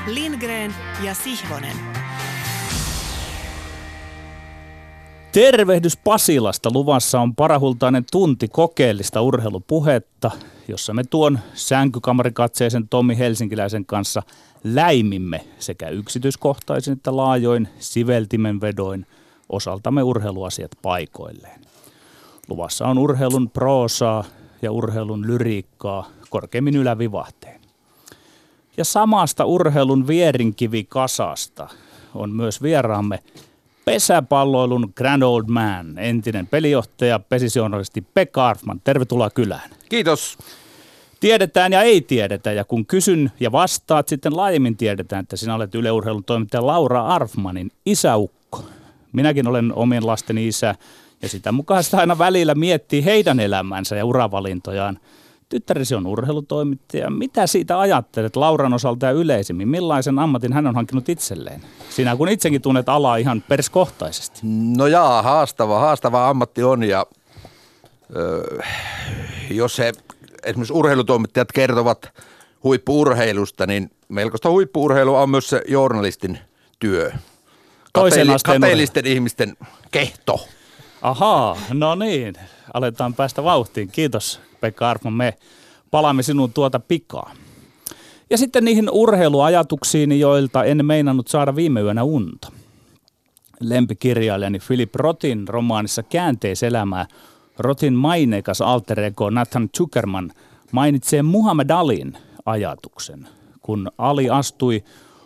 Lindgren ja Sihvonen. Tervehdys Pasilasta. Luvassa on parahultainen tunti kokeellista urheilupuhetta, jossa me tuon sänkykamarikatseisen Tommi Helsinkiläisen kanssa läimimme sekä yksityiskohtaisin että laajoin siveltimen vedoin osaltamme urheiluasiat paikoilleen. Luvassa on urheilun proosaa ja urheilun lyriikkaa korkeimmin ylävivahteen. Ja samasta urheilun vierinkivikasasta on myös vieraamme pesäpalloilun Grand Old Man, entinen pelijohtaja, pesijournalisti Pekka Arfman. Tervetuloa kylään. Kiitos. Tiedetään ja ei tiedetä, ja kun kysyn ja vastaat, sitten laajemmin tiedetään, että sinä olet Yle Urheilun toimittaja Laura Arfmanin isäukko. Minäkin olen omien lasteni isä, ja sitä mukaan sitä aina välillä miettii heidän elämänsä ja uravalintojaan. Tyttäresi on urheilutoimittaja. Mitä siitä ajattelet Lauran osalta ja yleisimmin? Millaisen ammatin hän on hankkinut itselleen? Sinä kun itsekin tunnet alaa ihan perskohtaisesti. No jaa, haastava ammatti on, ja jos he esimerkiksi urheilutoimittajat kertovat huippu-urheilusta, niin melkoista huippu-urheilua on myös se journalistin työ. Kateellisten ihmisten kehto. Ahaa, no niin. Aletaan päästä vauhtiin. Kiitos Pekka Arfman, me palaamme sinun tuota pikaa. Ja sitten niihin urheiluajatuksiin, joilta en meinannut saada viime yönä unta. Lempikirjailijani Philip Rothin romaanissa Käänteiselämää Rothin maineikas alter ego Nathan Zuckerman mainitsee Muhammad Alin ajatuksen, kun Ali astui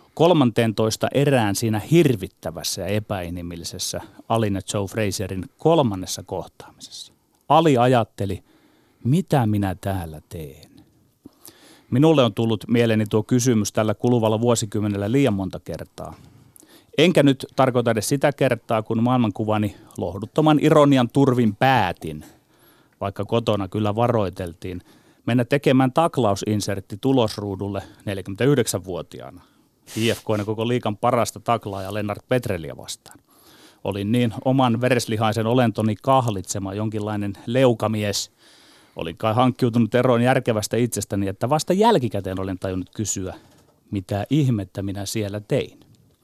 13 erään siinä hirvittävässä ja epäinhimillisessä Alin ja Joe Frazerin 3. kohtaamisessa. Ali ajatteli, mitä minä täällä teen? Minulle on tullut mieleeni tuo kysymys tällä kuluvalla vuosikymmenellä liian monta kertaa. Enkä nyt tarkoita edes sitä kertaa, kun maailmankuvani lohduttoman ironian turvin päätin, vaikka kotona kyllä varoiteltiin, mennä tekemään taklausinsertti tulosruudulle 49-vuotiaana. IFK:n koko liigan parasta taklaajaa Lennart Petreliä vastaan. Olin niin oman vereslihaisen olentoni kahlitsema jonkinlainen leukamies. Olin kai hankkiutunut eroon järkevästä itsestäni, että vasta jälkikäteen olen tajunnut kysyä, mitä ihmettä minä siellä tein.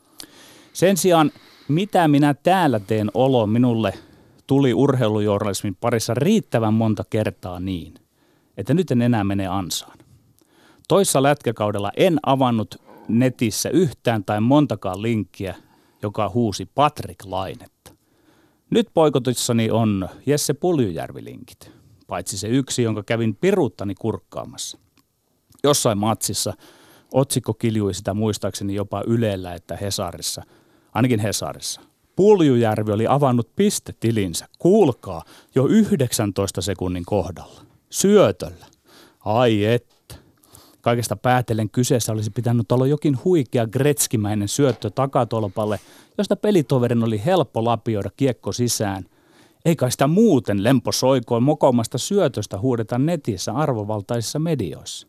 Sen sijaan, mitä minä täällä teen olo minulle tuli urheilujournalismin parissa riittävän monta kertaa niin, että nyt en enää mene ansaan. Toissa lätkäkaudella en avannut netissä yhtään tai montakaan linkkiä, joka huusi Patrick Lainetta. Nyt poikotissani on Jesse Puljujärvi-linkit, paitsi se yksi, jonka kävin piruuttani kurkkaamassa. Jossain matsissa otsikko kiljui sitä muistaakseni jopa Ylellä että Hesarissa, ainakin Hesarissa. Puljujärvi oli avannut pistetilinsä, kuulkaa, jo 19 sekunnin kohdalla. Syötöllä. Ai että. Kaikesta päätellen kyseessä olisi pitänyt olla jokin huikea gretskimäinen syöttö takatolpalle, josta pelitoverin oli helppo lapioida kiekko sisään. Eikä sitä muuten lemposoikoin mokomasta syötöstä huudeta netissä arvovaltaisissa medioissa.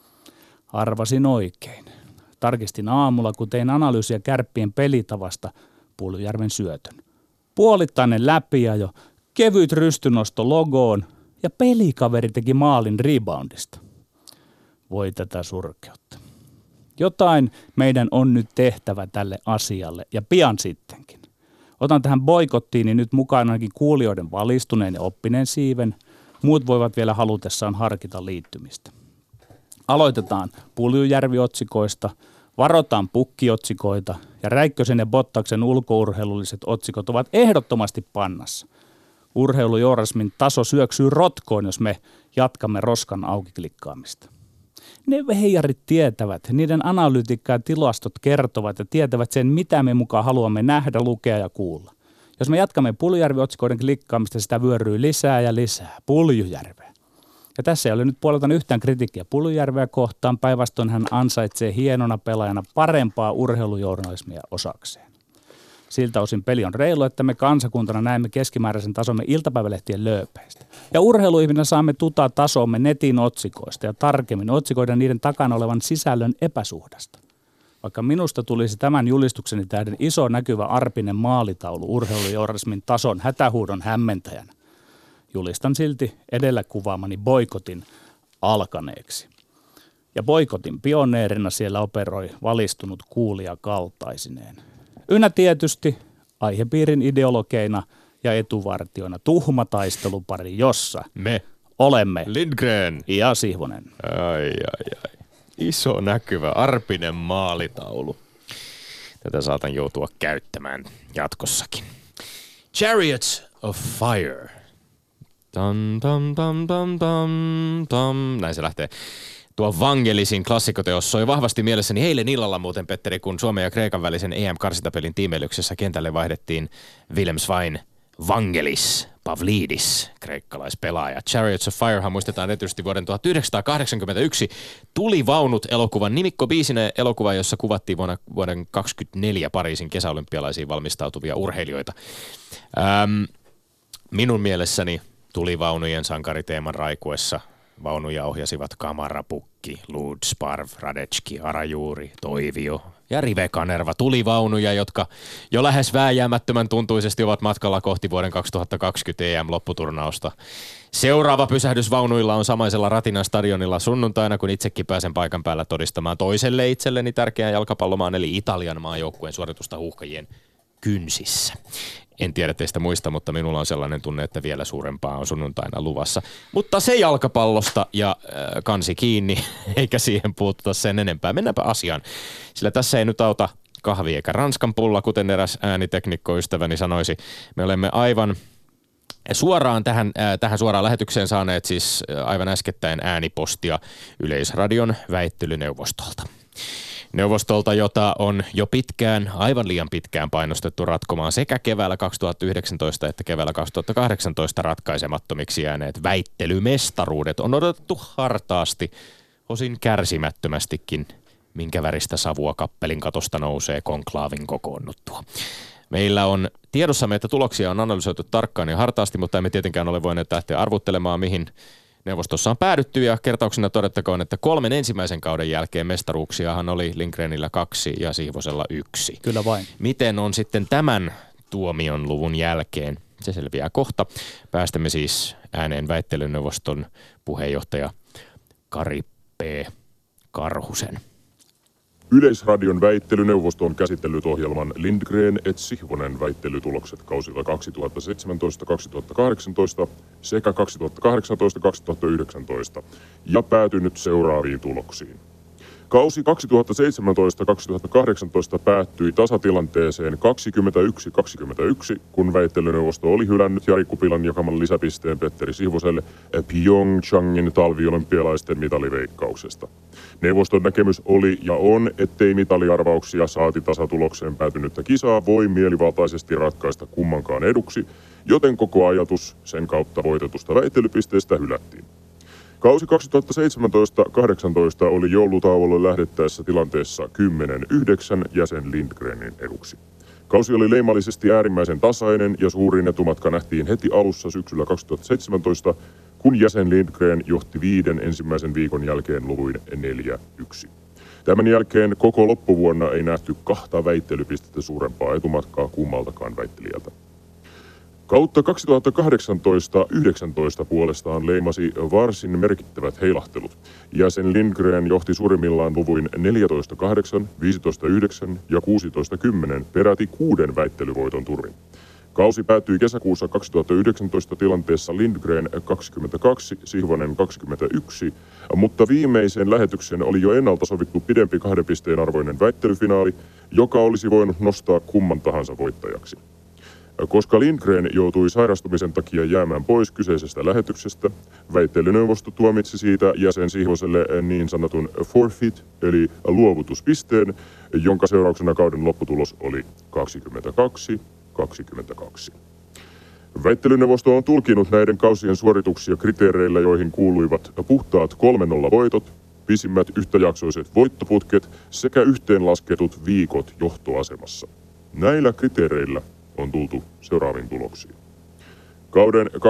Arvasin oikein. Tarkistin aamulla, kun tein analyysiä Kärppien pelitavasta Puljujärven syötön. Puolittainen läpiajo, kevyt rystynosto logoon ja pelikaveri teki maalin reboundista. Voi tätä surkeutta. Jotain meidän on nyt tehtävä tälle asialle ja pian sittenkin. Otan tähän boikottiini nyt mukaan ainakin kuulijoiden valistuneen ja oppineen siiven. Muut voivat vielä halutessaan harkita liittymistä. Aloitetaan Puljujärvi-otsikoista, varotaan pukkiotsikoita ja Räikkösen ja Bottaksen ulkourheilulliset otsikot ovat ehdottomasti pannassa. Urheilujournalismin taso syöksyy rotkoon, jos me jatkamme roskan auki klikkaamista. Ne heijarit tietävät, niiden analytiikka ja tilastot kertovat ja tietävät sen, mitä me mukaan haluamme nähdä, lukea ja kuulla. Jos me jatkamme Puljujärvi-otsikoiden klikkaamista, sitä vyöryy lisää ja lisää. Puljujärveä. Ja tässä ei ole nyt puoleltaan yhtään kritiikkiä Puljujärveä kohtaan, päinvastoin hän ansaitsee hienona pelaajana parempaa urheilujournalismia osakseen. Siltä osin peli on reilu, että me kansakuntana näemme keskimääräisen tasomme iltapäivälehtien lööpeistä. Ja urheiluihminä saamme tutaa tasomme netin otsikoista ja tarkemmin otsikoida niiden takana olevan sisällön epäsuhdasta. Vaikka minusta tulisi tämän julistukseni tähden iso näkyvä arpinen maalitaulu urheilujournalismin tason hätähuudon hämmentäjänä, julistan silti edellä kuvaamani boikotin alkaneeksi. Ja boikotin pioneerina siellä operoi valistunut kuulija kaltaisineen. Ynnä tietysti aihepiirin ideologeina ja etuvartioina tuhma taistelupari, jossa me olemme Lindgren ja Sihvonen. Ai. Iso näkyvä arpinen maalitaulu. Tätä saatan joutua käyttämään jatkossakin. Chariots of Fire. Tam, tam, tam, tam, tam, tam. Näin se lähtee. Tuo Vangelisin klassikoteos soi vahvasti mielessäni eilen illalla muuten, Petteri, kun Suomen ja Kreikan välisen EM-karsintapelin tiimeilyksessä kentälle vaihdettiin Willem Svain Vangelis Pavlidis, kreikkalaispelaaja. Chariots of Firehan muistetaan erityisesti vuoden 1981 Tulivaunut elokuvan nimikkobiisinä, elokuva, jossa kuvattiin vuoden 2024 Pariisin kesäolympialaisiin valmistautuvia urheilijoita. Minun mielessäni Tulivaunujen sankariteeman raikuessa vaunuja ohjasivat Kamarapukki, Lud, Sparv, Radecki, Arajuuri, Toivio ja Rive Kanerva. Tulivaunuja, jotka jo lähes vääjäämättömän tuntuisesti ovat matkalla kohti vuoden 2020 EM-lopputurnausta. Seuraava pysähdys vaunuilla on samaisella Ratinan stadionilla sunnuntaina, kun itsekin pääsen paikan päällä todistamaan toiselle itselleni tärkeän jalkapallomaan, eli Italian maajoukkueen suoritusta huuhkajien kynsissä. En tiedä teistä muista, mutta minulla on sellainen tunne, että vielä suurempaa on sunnuntaina luvassa. Mutta se jalkapallosta ja kansi kiinni, eikä siihen puututa sen enempää. Mennäänpä asiaan, sillä tässä ei nyt auta kahvi eikä ranskan pulla, kuten eräs ääniteknikkoystäväni sanoisi. Me olemme aivan suoraan tähän suoraan lähetykseen saaneet siis aivan äskettäin äänipostia Yleisradion väittelyneuvostolta. Neuvostolta, jota on jo pitkään, aivan liian pitkään painostettu ratkomaan sekä keväällä 2019 että keväällä 2018 ratkaisemattomiksi jääneet väittelymestaruudet on odotettu hartaasti, osin kärsimättömästikin, minkä väristä savua kappelin katosta nousee konklaavin kokoonnuttua. Meillä on tiedossamme, että tuloksia on analysoitu tarkkaan ja hartaasti, mutta emme tietenkään ole voineet lähteä arvuttelemaan, mihin neuvostossa on päädytty, ja kertauksena todettakoon, että 3 ensimmäisen kauden jälkeen mestaruuksiahan oli Lindgrenillä 2 ja Sihvosella 1. Kyllä vain. Miten on sitten tämän tuomion luvun jälkeen? Se selviää kohta. Päästämme siis ääneen väittelyneuvoston puheenjohtaja Kari P. Karhusen. Yleisradion väittelyneuvosto on käsitellyt ohjelman Lindgren et Sihvonen väittelytulokset kausilla 2017-2018 sekä 2018-2019 ja päätynyt seuraaviin tuloksiin. Kausi 2017-2018 päättyi tasatilanteeseen 21-21, kun väittelyneuvosto oli hylännyt Jari Kupilan jakaman lisäpisteen Petteri Sihvoselle Pyeongchangin talviolympialaisten mitaliveikkauksesta. Neuvoston näkemys oli ja on, ettei mitaliarvauksia saati tasatulokseen päätynyttä kisaa voi mielivaltaisesti ratkaista kummankaan eduksi, joten koko ajatus sen kautta voitetusta väittelypisteestä hylättiin. Kausi 2017-2018 oli joulutauolle lähdettäessä tilanteessa 10-9 jäsen Lindgrenin eduksi. Kausi oli leimallisesti äärimmäisen tasainen ja suurin etumatka nähtiin heti alussa syksyllä 2017, kun jäsen Lindgren johti 5 ensimmäisen viikon jälkeen luvuin 4-1. Tämän jälkeen koko loppuvuonna ei nähty 2 väittelypistettä suurempaa etumatkaa kummaltakaan väittelijältä. Kautta 2018-19 puolestaan leimasi varsin merkittävät heilahtelut. Jäsen Lindgren johti suurimmillaan luvuin 14-8, 15-9 ja 16-10 peräti 6 väittelyvoiton turvin. Kausi päättyi kesäkuussa 2019 tilanteessa Lindgren 22, Sihvonen 21, mutta viimeisen lähetyksen oli jo ennalta sovittu pidempi 2 pisteen arvoinen väittelyfinaali, joka olisi voinut nostaa kumman tahansa voittajaksi. Koska Lindgren joutui sairastumisen takia jäämään pois kyseisestä lähetyksestä, väittelyneuvosto tuomitsi siitä jäsen Sihvoselle niin sanotun forfeit, eli luovutuspisteen, jonka seurauksena kauden lopputulos oli 22-22. Väittelyneuvosto on tulkinut näiden kausien suorituksia kriteereillä, joihin kuuluivat puhtaat 3-0 voitot, pisimmät yhtäjaksoiset voittoputket sekä yhteenlasketut viikot johtoasemassa. Näillä kriteereillä on tultu seuraaviin tuloksiin. Kauden 2017-18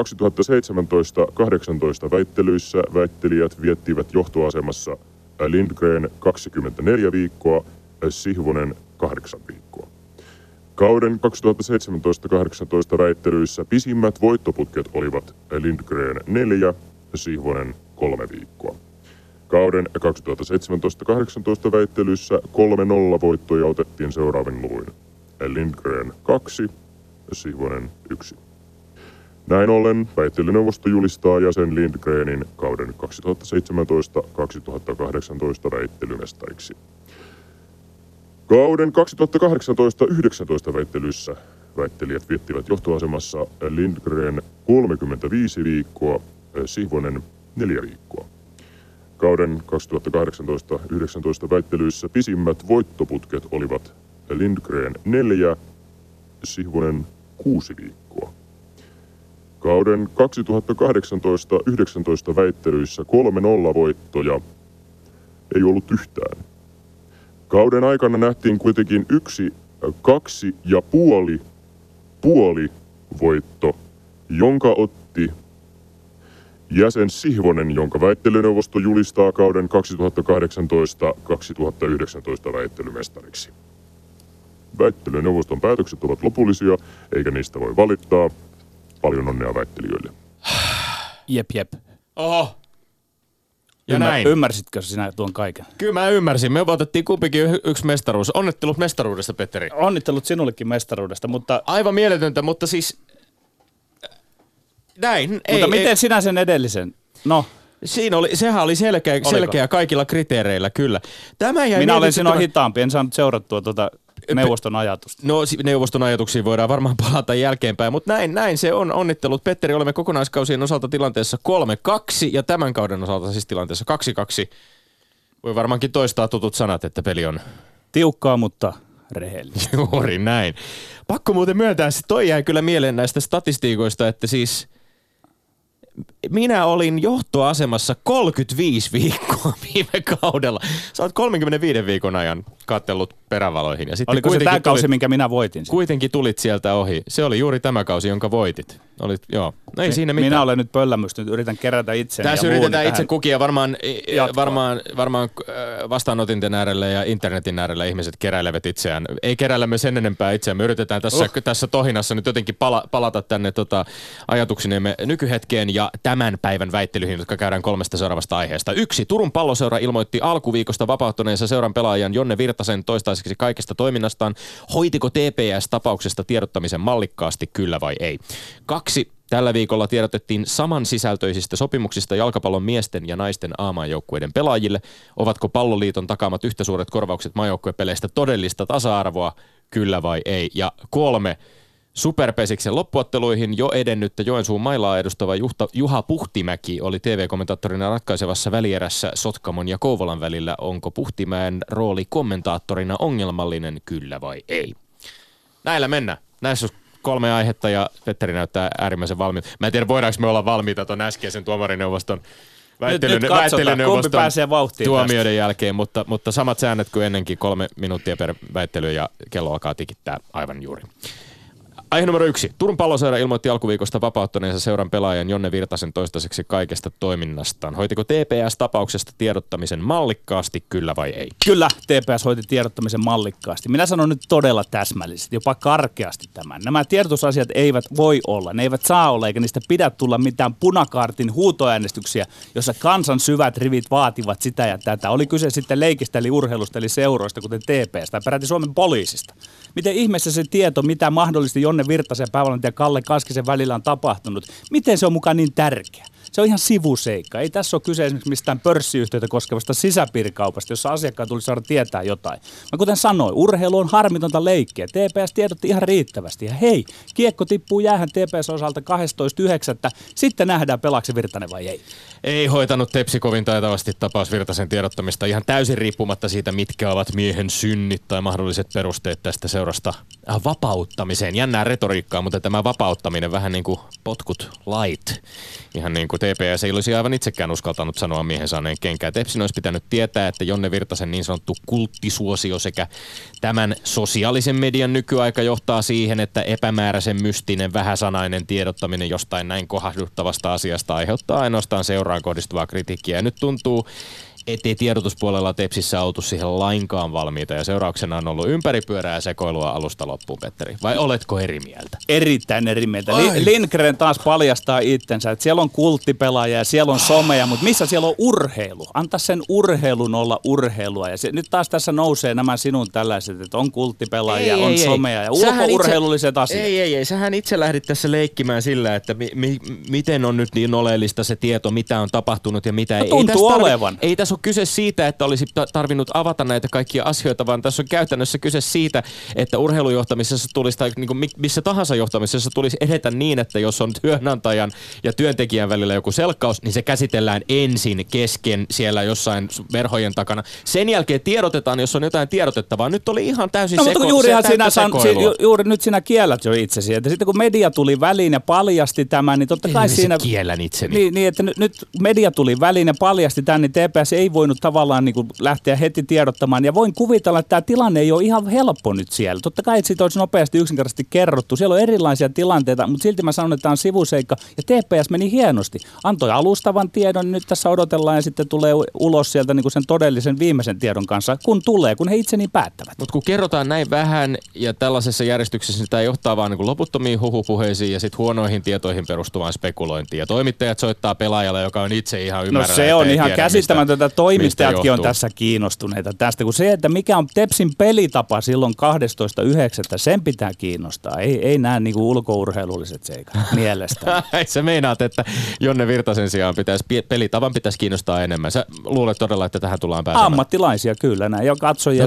väittelyissä väittelijät viettivät johtoasemassa Lindgren 24 viikkoa, Sihvonen 8 viikkoa. Kauden 2017-18 väittelyissä pisimmät voittoputket olivat Lindgren 4, Sihvonen 3 viikkoa. Kauden 2017-18 väittelyissä 3-0 voittoja otettiin seuraavin luvuin. Lindgren 2, Sihvonen 1. Näin ollen väittelyneuvosto julistaa jäsen Lindgrenin kauden 2017-2018 väittelymestariksi. Kauden 2018-19 väittelyissä väittelijät viettivät johtoasemassa Lindgren 35 viikkoa, Sihvonen 4 viikkoa. Kauden 2018-19 väittelyissä pisimmät voittoputket olivat Lindgren 4, Sihvonen 6 viikkoa. Kauden 2018-19 väittelyissä 3-0 voittoja ei ollut yhtään. Kauden aikana nähtiin kuitenkin 1-2,5 voitto, jonka otti jäsen Sihvonen, jonka väittelyneuvosto julistaa kauden 2018-2019 väittelymestariksi. Väittelyneuvoston päätökset ovat lopullisia, eikä niistä voi valittaa. Paljon onnea väittelijöille. Jep. Oho. Ja näin. Ymmärsitkö sinä tuon kaiken? Kyllä mä ymmärsin. Me otettiin kumpikin yksi mestaruus. Onnittelut mestaruudesta, Petteri. Onnittelut sinullekin mestaruudesta, mutta... Aivan mieletöntä, mutta siis... Näin. Mutta miten sinä sen edellisen? No. Sehän oli selkeä kaikilla kriteereillä, kyllä. Minä olen sinua hitaampi, en saanut seurattua neuvoston ajatusta. No, neuvoston ajatuksiin voidaan varmaan palata jälkeenpäin, mutta näin se on. Onnittelut, Petteri. Olemme kokonaiskausien osalta tilanteessa 3-2 ja tämän kauden osalta siis tilanteessa 2-2. Voi varmaankin toistaa tutut sanat, että peli on... Tiukkaa, mutta rehellistä. Juuri näin. Pakko muuten myöntää, että toi jäi kyllä mieleen näistä statistiikoista, että siis... Minä olin johtoasemassa 35 viikkoa viime kaudella. Sä oot 35 viikon ajan katsellut perävaloihin. Ja sitten oliko se tämä kausi, minkä minä voitin? Kuitenkin tulit sieltä ohi. Se oli juuri tämä kausi, jonka voitit. Joo. No ei siinä mitään. Minä olen nyt pöllämystynyt, yritän kerätä itseäni. Tässä yritetään itse kukin ja varmaan vastaanotinten äärellä ja internetin äärellä ihmiset keräilevät itseään. Ei keräillä me sen enempää itseään. Me yritetään tässä tohinassa nyt jotenkin palata tänne ajatuksinemme nykyhetkeen ja tämän päivän väittelyihin, jotka käydään 3 seuraavasta aiheesta. 1. Turun Palloseura ilmoitti alkuviikosta vapauttuneensa seuran pelaajan Jonne Virtasen toistaiseksi kaikesta toiminnastaan. Hoitiko TPS-tapauksesta tiedottamisen mallikkaasti, kyllä vai ei? 2. Tällä viikolla tiedotettiin samansisältöisistä sopimuksista jalkapallon miesten ja naisten A-maajoukkueiden pelaajille. Ovatko Palloliiton takaamat yhtä suuret korvaukset maajoukkuepeleistä todellista tasa-arvoa, kyllä vai ei? Ja 3. Superpesiksen loppuotteluihin jo edennyttä Joensuun mailaa edustava Juha Puhtimäki oli TV-kommentaattorina ratkaisevassa välierässä Sotkamon ja Kouvolan välillä. Onko Puhtimäen rooli kommentaattorina ongelmallinen, kyllä vai ei? Näillä mennään. Näissä on 3 aihetta ja Petteri näyttää äärimmäisen valmiita. Mä en tiedä, voidaanko me olla valmiita tuon äskeisen tuomarineuvoston väittelyneuvoston tuomioiden jälkeen, mutta samat säännöt kuin ennenkin, 3 minuuttia per väittely ja kello alkaa tikittää aivan juuri. Aihe numero 1. Turun Palloseura ilmoitti alkuviikosta vapauttaneensa seuran pelaajan Jonne Virtasen toistaiseksi kaikesta toiminnastaan. Hoitiko TPS-tapauksesta tiedottamisen mallikkaasti, kyllä vai ei? Kyllä, TPS hoiti tiedottamisen mallikkaasti. Minä sanon nyt todella täsmällisesti, jopa karkeasti tämän. Nämä tiedotusasiat eivät voi olla, ne eivät saa olla, eikä niistä pidä tulla mitään punakaartin huutoäänestyksiä, jossa kansan syvät rivit vaativat sitä ja tätä. Oli kyse sitten leikistä, eli urheilusta, eli seuroista, kuten TPS, tai peräti Suomen poliisista. Miten ihmeessä se tieto, mitä mahdollisesti Jonne Virtasen ja päävalmentaja Kalle Kaskisen välillä on tapahtunut, miten se on mukaan niin tärkeä? Se on ihan sivuseikka. Ei tässä ole kyse esimerkiksi mistään pörssiyhtiötä koskevasta sisäpiirikaupasta, jossa asiakkaan tulisi saada tietää jotain. Mä kuten sanoin, urheilu on harmitonta leikkiä. TPS tiedotti ihan riittävästi. Ja hei, kiekko tippuu jäähän TPS osalta 12.9. Sitten nähdään, pelaako Virtanen vai ei. Ei hoitanut Tepsi kovin taitavasti tapaus Virtasen tiedottamista ihan täysin riippumatta siitä, mitkä ovat miehen synnit tai mahdolliset perusteet tästä seurasta vapauttamiseen. Jännää retoriikkaa, mutta tämä vapauttaminen vähän niin kuin potkut light. Ihan niin kuin TPS ei olisi aivan itsekään uskaltanut sanoa miehen saaneen kenkään. Tepsin olisi pitänyt tietää, että Jonne Virtasen niin sanottu kulttisuosio sekä tämän sosiaalisen median nykyaika johtaa siihen, että epämääräisen mystinen vähäsanainen tiedottaminen jostain näin kohahduttavasta asiasta aiheuttaa ainoastaan seuraan kohdistuvaa kritiikkiä. Ja nyt tuntuu, ettei tiedotuspuolella Tepsissä oltu siihen lainkaan valmiita ja seurauksena on ollut ympäripyörää sekoilua alusta loppuun, Petteri. Vai oletko eri mieltä? Erittäin eri mieltä. Lindgren taas paljastaa itsensä, että siellä on kulttipelaajia ja siellä on someja, mutta missä siellä on urheilu? Anta sen urheilun olla urheilua. Ja nyt taas tässä nousee nämä sinun tällaiset, että on kulttipelaajia, on someja ja ulkourheilulliset asiat. Ei. Sähän itse lähdit tässä leikkimään sillä, että miten on nyt niin oleellista se tieto, mitä on tapahtunut ja mitä ei. Tuntuu olevan. Ei tässä ole kyse siitä, että olisi tarvinnut avata näitä kaikkia asioita, vaan tässä on käytännössä kyse siitä, että urheilujohtamisessa tulisi, tai niin kuin missä tahansa johtamisessa tulisi edetä niin, että jos on työnantajan ja työntekijän välillä joku selkkaus, niin se käsitellään ensin kesken siellä jossain verhojen takana. Sen jälkeen tiedotetaan, jos on jotain tiedotettavaa. Nyt oli ihan täysin juuri nyt sinä kiellät jo itsesi. Että sitten kun media tuli väliin ja paljasti tämän, niin totta kai siinä... kiellän itseni. Niin, että nyt media tuli väliin ja paljasti tämän, niin TPS ei voinut tavallaan niin kuin lähteä heti tiedottamaan. Ja voin kuvitella, että tämä tilanne ei ole ihan helppo nyt siellä. Totta kai siitä olisi nopeasti yksinkertaisesti kerrottu. Siellä on erilaisia tilanteita, mutta silti mä sanon, että tämä on sivuseikka. Ja TPS meni hienosti. Antoi alustavan tiedon, nyt tässä odotellaan ja sitten tulee ulos sieltä niin kuin sen todellisen viimeisen tiedon kanssa, kun he itse niin päättävät. Mutta kun kerrotaan näin vähän ja tällaisessa järjestyksessä, niin tämä johtaa vaan niin loputtomiin huhupuheisiin ja sitten huonoihin tietoihin perustuvaan spekulointiin. Ja toimittajat soittaa pelaajalle, joka on itse ihan ymmärrä. No se on ihan käsittämätöntä. Toimittajatkin on tässä kiinnostuneita tästä, kun se, että mikä on Tepsin pelitapa silloin 12.9. sen pitää kiinnostaa. Ei nämä niin kuin ulkourheilulliset seikat mielestäni. Sä meinaat, että Jonne Virtasen sijaan pelitavan pitäisi kiinnostaa enemmän. Sä luulet todella, että tähän tullaan pääsemään? Ammattilaisia kyllä näin ja katsojia.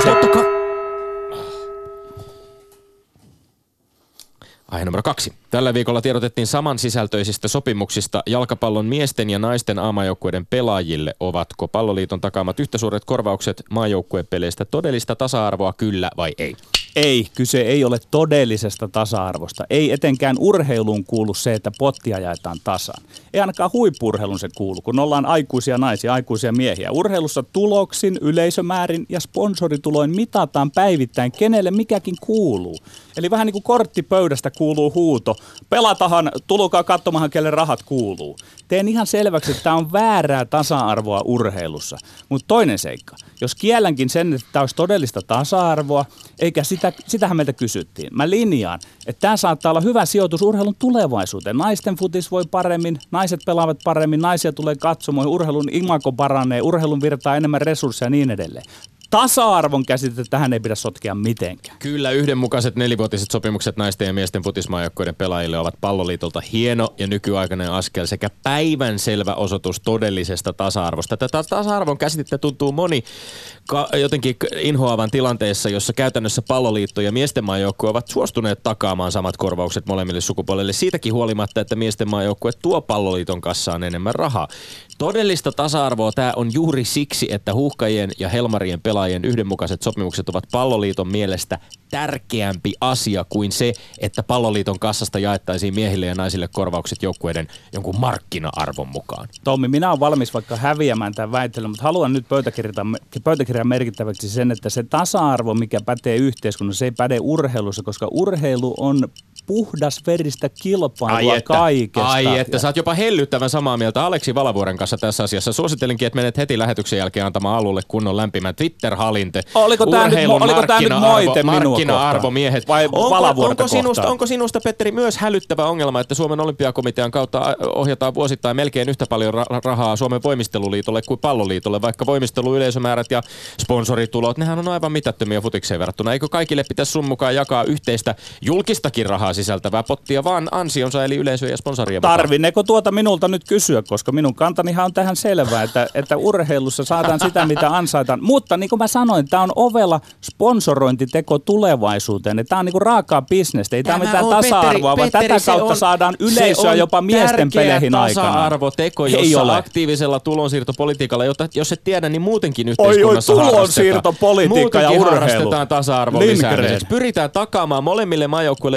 Aihe numero 2. Tällä viikolla tiedotettiin samansisältöisistä sopimuksista jalkapallon miesten ja naisten A-maajoukkueiden pelaajille. Ovatko Palloliiton takaamat yhtä suuret korvaukset maajoukkuepeleistä todellista tasa-arvoa, kyllä vai ei? Ei, kyse ei ole todellisesta tasa-arvosta. Ei etenkään urheiluun kuulu se, että pottia jaetaan tasaan. Ei ainakaan huippu-urheilun se kuulu, kun ollaan aikuisia naisia, aikuisia miehiä. Urheilussa tuloksin, yleisömäärin ja sponsorituloin mitataan päivittäin, kenelle mikäkin kuuluu. Eli vähän niin kuin korttipöydästä kuuluu huuto. Pelatahan, tulkaa katsomahan, kelle rahat kuuluu. Teen ihan selväksi, että tämä on väärää tasa-arvoa urheilussa. Mutta toinen seikka, jos kiellänkin sen, että tämä olisi todellista tasa-arvoa, eikä sitähän meiltä kysyttiin. Mä linjaan, että tämä saattaa olla hyvä sijoitus urheilun tulevaisuuteen. Naisten futis voi paremmin, naiset pelaavat paremmin, naisia tulee katsomaan, urheilun imago paranee, urheilun virtaa enemmän resursseja ja niin edelleen. Tasa-arvon käsitettä tähän ei pidä sotkea mitenkään. Kyllä, yhdenmukaiset 4-vuotiset sopimukset naisten ja miesten futismaajoukkueiden pelaajille ovat Palloliitolta hieno ja nykyaikainen askel sekä päivänselvä osoitus todellisesta tasa-arvosta. Tätä tasa-arvon käsitettä tuntuu moni jotenkin inhoavan tilanteessa, jossa käytännössä Palloliitto ja miesten maajoukkue ovat suostuneet takaamaan samat korvaukset molemmille sukupuolille siitäkin huolimatta, että miesten maajoukkue tuo Palloliiton kassaan enemmän rahaa. Todellista tasa-arvoa tämä on juuri siksi, että Huuhkajien ja Helmarien pelaajien yhdenmukaiset sopimukset ovat Palloliiton mielestä tärkeämpi asia kuin se, että Palloliiton kassasta jaettaisiin miehille ja naisille korvaukset joukkueiden jonkun markkina-arvon mukaan. Tommi, minä olen valmis vaikka häviämään tämän väittelyn, mutta haluan nyt pöytäkirjan merkittäväksi sen, että se tasa-arvo, mikä pätee yhteiskunnassa, se ei päde urheilussa, koska urheilu on puhdasveristä kilpailua kaikesta. Ai että, sä oot jopa hellyttävän samaa mieltä Aleksi Valavuoren kanssa tässä asiassa. Suosittelinkin, että menet heti lähetyksen jälkeen antamaan alulle kunnon lämpimän Twitter-halinte. Oliko tämä nyt moite minua markkina-arvomiehet. Vai Valavuorta kohtaan? Onko sinusta, Petteri, myös hälyttävä ongelma, että Suomen olympiakomitean kautta ohjataan vuosittain melkein yhtä paljon rahaa Suomen voimisteluliitolle kuin Palloliitolle, vaikka voimisteluyleisömäärät ja sponsoritulot, nehän on aivan mitättömiä futikseen verrattuna. Eikö kaikille pitäisi sun mukaan jakaa yhteistä julkistakin rahaa sisältävää pottia, vaan ansionsa eli yleisö ja sponsorien mukaan? Tarvinneeko tuota minulta nyt kysyä, koska minun kantanihan on tähän selvää, että urheilussa saadaan sitä, mitä ansaitaan. Mutta niin kuin mä sanoin, tämä on ovella sponsorointiteko tulevaisuuteen. Tämä on niin kuin raakaa bisnestä. Ei tämä mitään tasa-arvoa, vaan tätä kautta saadaan yleisöä jopa miesten peleihin aikana. Tasa-arvoteko, jossa aktiivisella tulonsiirtopolitiikalla, jota jos et tiedä, niin muutenkin yhteiskunnassa tulonsiirtopolitiikka ja urheilu. Harrastetaan tasa-arvon lisäämiseksi. Pyritään takaamaan molemmille maajoukkueille yhtäläiset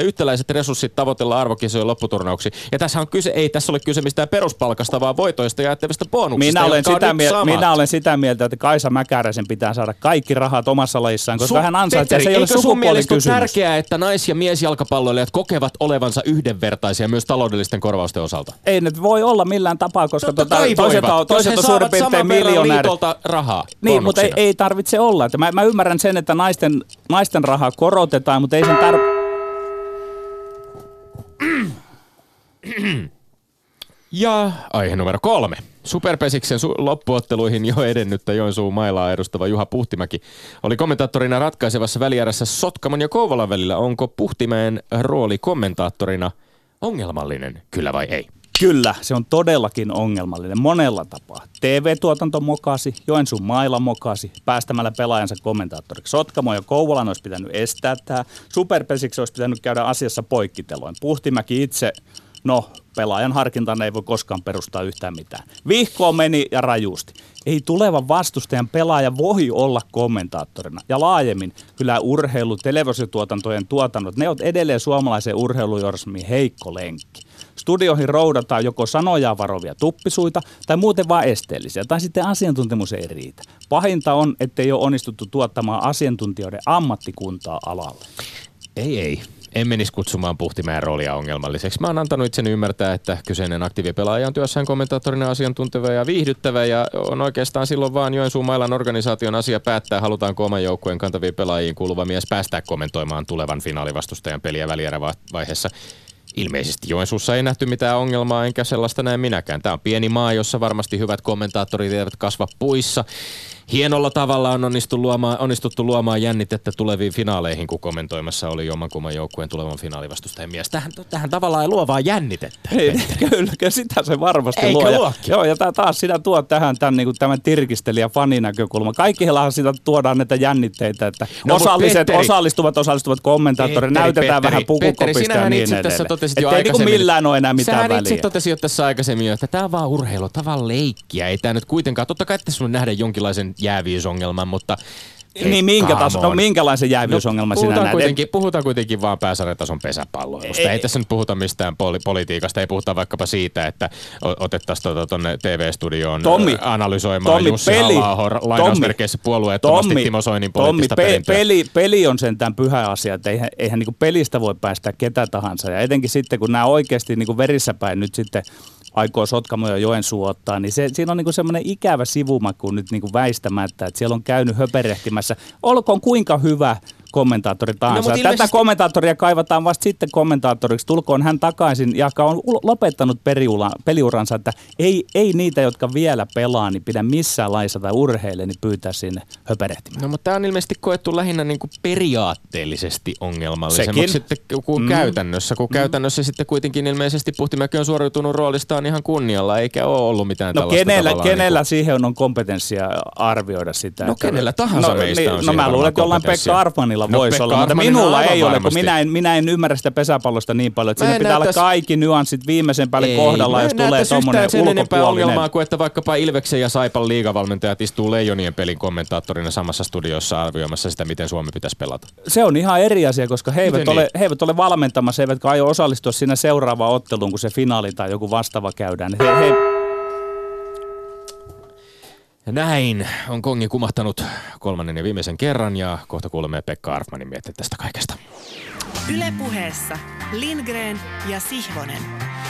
rajalliset resurssit tavoitella arvokisojen lopputurnauksiin. Ja tässä ei tässä ole kyse mistään peruspalkasta, vaan voitoista ja jaettavista bonuksista, minä olen sitä mieltä, että Kaisa Mäkäräisen pitää saada kaikki rahat omassa lajissaan, koska hän ansaitsee, se ei ole sukupuolikysymys. Eikö sun mielestä tärkeää, että nais- ja miesjalkapalloilijat kokevat olevansa yhdenvertaisia myös taloudellisten korvausten osalta? Ei ne voi olla millään tapaa, koska toiset on suurin piirtein miljonääri. Rahaa niin, mutta ei tarvitse olla. Että mä ymmärrän sen, että naisten rahaa korotetaan, mutta ei sen Ja aihe numero 3. Superpesiksen loppuotteluihin jo edennyttä Joensuun mailaa edustava Juha Puhtimäki oli kommentaattorina ratkaisevassa välierässä Sotkamon ja Kouvolan välillä. Onko Puhtimäen rooli kommentaattorina ongelmallinen, kyllä vai ei? Kyllä, se on todellakin ongelmallinen monella tapaa. TV-tuotanto mokasi, Joensuun maila mokasi, päästämällä pelaajansa kommentaattoriksi. Sotkamo ja Kouvolan olisi pitänyt estää tämä. Superpesiksi olisi pitänyt käydä asiassa poikkiteloin. Puhtimäki itse, pelaajan harkintaan ei voi koskaan perustaa yhtään mitään. Vihkoon meni ja rajusti. Ei tulevan vastustajan pelaaja voi olla kommentaattorina. Ja laajemmin kyllä urheilu, televisiotuotantojen tuotannot, ne on edelleen suomalaisen urheilujournalismin heikko lenkki. Studioihin roudataan joko sanojaa varovia tuppisuita tai muuten vaan esteellisiä, tai sitten asiantuntemus ei riitä. Pahinta on, ettei ole onnistuttu tuottamaan asiantuntijoiden ammattikuntaa alalle. Ei. En menisi kutsumaan Puhtimäen roolia ongelmalliseksi. Mä oon antanut itseni ymmärtää, että kyseinen aktiivipelaaja on työssään kommentaattorina asiantunteva ja viihdyttävä ja on oikeastaan silloin vaan Joensuun mailan organisaation asia päättää, halutaanko oman joukkueen kantaviin pelaajiin kuuluva mies päästää kommentoimaan tulevan finaalivastustajan peliä välierävaiheessa. Ilmeisesti Joensuussa ei nähty mitään ongelmaa, enkä sellaista näe minäkään. Tämä on pieni maa, jossa varmasti hyvät kommentaattorit eivät kasva puissa. Hienolla tavalla on onnistuttu luomaan jännitettä tuleviin finaaleihin, kun kommentoimassa oli jommankumman joukkueen tulevan finaalivastustajan mies. Tähän tavallaan ei luo vaan jännitettä. Kyllä, sitä se varmasti luo. Joo, ja taas sitä tuo tähän tämän tirkistelijä faninäkökulman. Kaikkihan sitä tuodaan näitä jännitteitä, että osallistuvat kommentaattorit, näytetään vähän pukukopista ja niin edelleen. Että ei niin millään ole enää mitään väliä. Sähän itse totesit jo tässä aikaisemmin, että tämä on vaan urheilu, tämä on leikkiä. Ei tämä nyt kuitenkaan, totta kai tässä on nähdä jonkinlaisen jääviysongelman, mutta niin minkälaisen jääviysongelman sinä näet? Puhutaan kuitenkin vaan pääsarjatason pesäpalloilusta. Ei tässä nyt puhuta mistään politiikasta, ei puhuta vaikkapa siitä, että otettaisiin tuonne TV-studioon analysoimaan Jussi Halla-aho lainausmerkeissä puolueettomasti Timo Soinin poliittista perintöä. Peli on sentään pyhä asia, että eihän niin pelistä voi päästä ketä tahansa. Ja etenkin sitten, kun nämä oikeasti niin verissä päin nyt sitten aikoo Sotkamo ja Joensuu ottaa, niin siinä on niinku semmoinen ikävä sivumaku nyt niinku väistämättä, että siellä on käynyt höperehtimässä. Olkoon kuinka hyvä kommentaattori tahansa. Tätä kommentaattoria kaivataan vasta sitten kommentaattoriksi. Tulkoon hän takaisin, joka on lopettanut peliuransa, että ei niitä, jotka vielä pelaa, niin pidä missään laissa tai urheile, niin pyytää sinne höperehtimään. No, mutta tämä on ilmeisesti koettu lähinnä niin kuin periaatteellisesti ongelmallisemmaksi sitten kuin käytännössä sitten kuitenkin ilmeisesti Puhtimäki on suoriutunut roolistaan ihan kunnialla, eikä ole ollut mitään tällaista kenellä siihen on kompetenssia arvioida sitä? No kenellä tahansa meistä on. No mä luulen, että jollain Pekka Arfmanilla voisi olla, mutta minulla ei ole, kun minä en ymmärrä sitä pesäpallosta niin paljon, että siinä pitää olla kaikki nyanssit viimeisen päälle kohdallaan, jos tulee tommoinen ulkopuolinen. Ongelmaa kuin että vaikkapa Ilveksen ja Saipan liigavalmentajat istuu Leijonien pelin kommentaattorina samassa studiossa arvioimassa sitä, miten Suomi pitäisi pelata. Se on ihan eri asia, koska he eivät ole valmentamassa, eivätkä aio osallistua siinä seuraavaan otteluun, kun se finaali tai joku vastaava käydään. Ja näin on kongi kumahtanut 3. ja viimeisen kerran ja kohta kuulemme Pekka Arfmanin mietteet tästä kaikesta. Yle Puheessa Lindgren ja Sihvonen.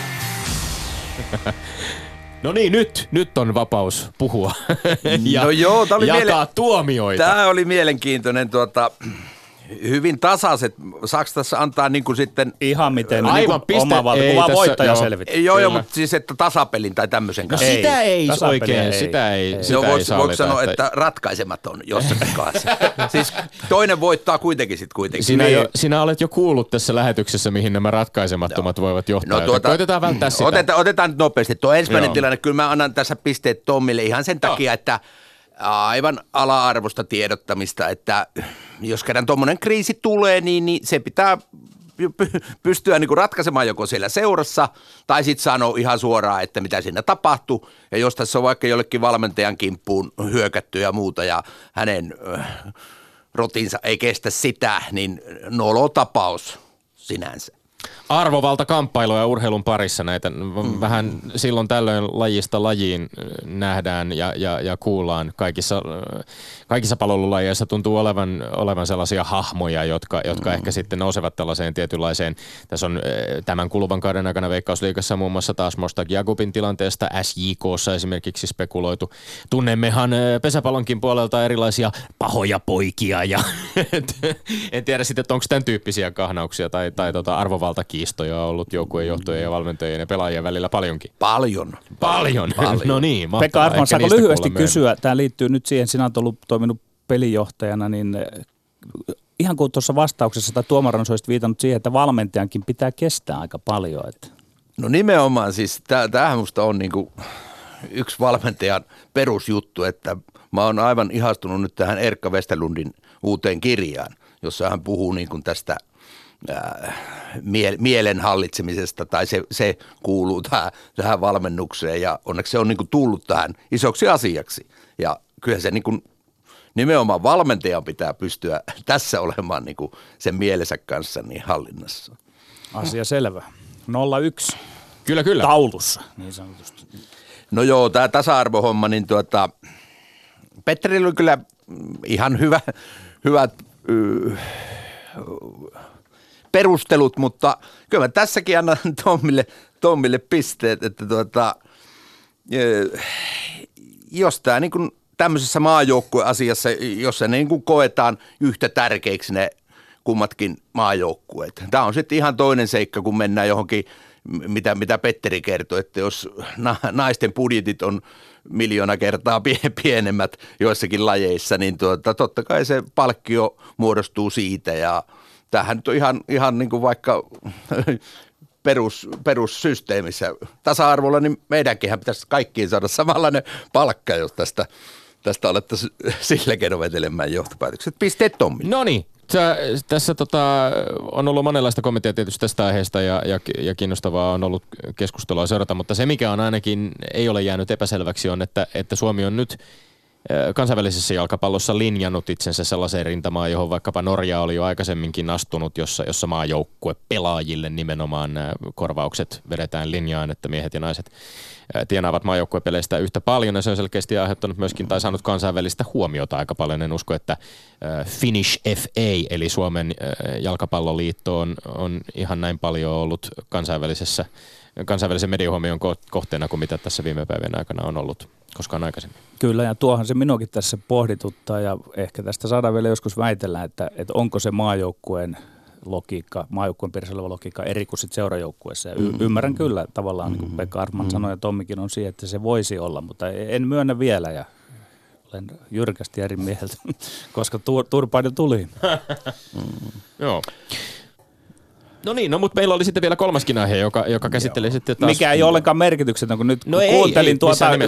No niin, nyt on vapaus puhua ja jakaa tuomioita. Tämä oli mielenkiintoinen hyvin tasaiset. Saako tässä antaa niin kuin sitten ihan miten aivan niin oma valtakuva voittaja selvittää. Joo, mutta siis että tasapelin tai tämmöisen kanssa. Sitä ei oikein, sitä ei saa. Voiko sanoa, että ratkaisematon jossakin kanssa? Siis toinen voittaa kuitenkin. Sinä olet jo kuullut tässä lähetyksessä, mihin nämä ratkaisemattomat voivat johtaa. Koitetaan välttää sitä. Otetaan nyt nopeasti. Tuo ensimmäinen tilanne, kyllä mä annan tässä pisteet Tommille ihan sen takia, että aivan ala-arvosta tiedottamista, että jos kerran tuommoinen kriisi tulee, niin se pitää pystyä niin kuin ratkaisemaan joko siellä seurassa tai sitten sanoa ihan suoraan, että mitä siinä tapahtuu. Ja jos tässä on vaikka jollekin valmentajan kimppuun hyökätty ja muuta ja hänen rotinsa ei kestä sitä, niin nolotapaus sinänsä. arvovaltakamppailua urheilun parissa näitä. Vähän silloin tällöin lajista lajiin nähdään ja kuullaan. Kaikissa palvelulajeissa tuntuu olevan sellaisia hahmoja, jotka ehkä sitten nousevat tällaiseen tietynlaiseen. Tässä on tämän kuluvan kauden aikana Veikkausliigassa muun muassa taas Mostak Jakubin tilanteesta SJK:ssa esimerkiksi spekuloitu. Tunnemmehan pesäpallonkin puolelta erilaisia pahoja poikia ja en tiedä sitten, että onko tämän tyyppisiä kahnauksia tai arvovaltakiistoja ollut joukkueen johtajien ja valmentajien ja pelaajien välillä paljonkin. Paljon. No niin, mahtavaa. Pekka Arfman, saako lyhyesti kysyä, tämä liittyy nyt siihen, sinä olet toiminut pelijohtajana, niin ihan kuin tuossa vastauksessa tai tuomaran olisit viitannut siihen, että valmentajankin pitää kestää aika paljon. Että. No nimenomaan siis, tämähän musta on niinku yksi valmentajan perusjuttu, että mä oon aivan ihastunut nyt tähän Erkka Westerlundin uuteen kirjaan, jossa hän puhuu niinku tästä mielen hallitsemisesta tai se kuuluu tähän valmennukseen ja onneksi se on niinku tullut tähän isoksi asiaksi ja kyllä se niinku nimenomaan valmentajan pitää pystyä tässä olemaan niinku sen mielensä kanssa niin hallinnassa. Asia selvä. 0-1. Kyllä. Taulussa niin sanotusti. No joo, tämä tasa-arvohomma, niin Petterillä oli kyllä ihan hyvät perustelut, mutta kyllä mä tässäkin annan Tommille pisteet, että jos tämä niin kuin tämmöisessä maajoukkueasiassa, jossa ne niin kuin koetaan yhtä tärkeiksi ne kummatkin maajoukkueet. Tämä on sitten ihan toinen seikka, kun mennään johonkin, mitä Petteri kertoi, että jos naisten budjetit on 1,000,000 kertaa pienemmät joissakin lajeissa, niin totta kai se palkkio muodostuu siitä ja tämähän nyt on ihan niin kuin vaikka perussysteemissä tasa-arvolla, niin meidänkinhän pitäisi kaikkiin saada samanlainen palkka, jos tästä alettaisiin sillä keinoin vetelemään johtopäätökset. Pisteet Tommille. No niin. Tässä on ollut monenlaista kommenttia tietysti tästä aiheesta ja kiinnostavaa on ollut keskustelua seurata, mutta se mikä on ainakin ei ole jäänyt epäselväksi on, että Suomi on nyt kansainvälisessä jalkapallossa linjannut itsensä sellaiseen rintamaan, johon vaikkapa Norja oli jo aikaisemminkin astunut, jossa maajoukkue pelaajille nimenomaan nämä korvaukset vedetään linjaan, että miehet ja naiset tienaavat maajoukkuepeleistä yhtä paljon ja se on selkeästi aiheuttanut myöskin tai saanut kansainvälistä huomiota aika paljon. En usko, että Finnish FA eli Suomen jalkapalloliitto on ihan näin paljon ollut kansainvälisen mediahuomion kohteena kuin mitä tässä viime päivän aikana on ollut koskaan aikaisemmin. Kyllä, ja tuohan se minuakin tässä pohdituttaa, ja ehkä tästä saadaan vielä joskus väitellä, että onko se maajoukkueen piirissä oleva logiikka eri kuin sitten seurajoukkueessa. Ymmärrän kyllä tavallaan, niin kuin Pekka Arfman sanoi, ja Tommikin on siihen, että se voisi olla, mutta en myönnä vielä, ja olen jyrkästi eri mieltä, koska Turpainen tuli. Joo. No niin, mutta meillä oli sitten vielä kolmaskin aihe, joka käsitteli sitten taas. Mikä ei ole ollenkaan merkityksetön, kun nyt kuuntelin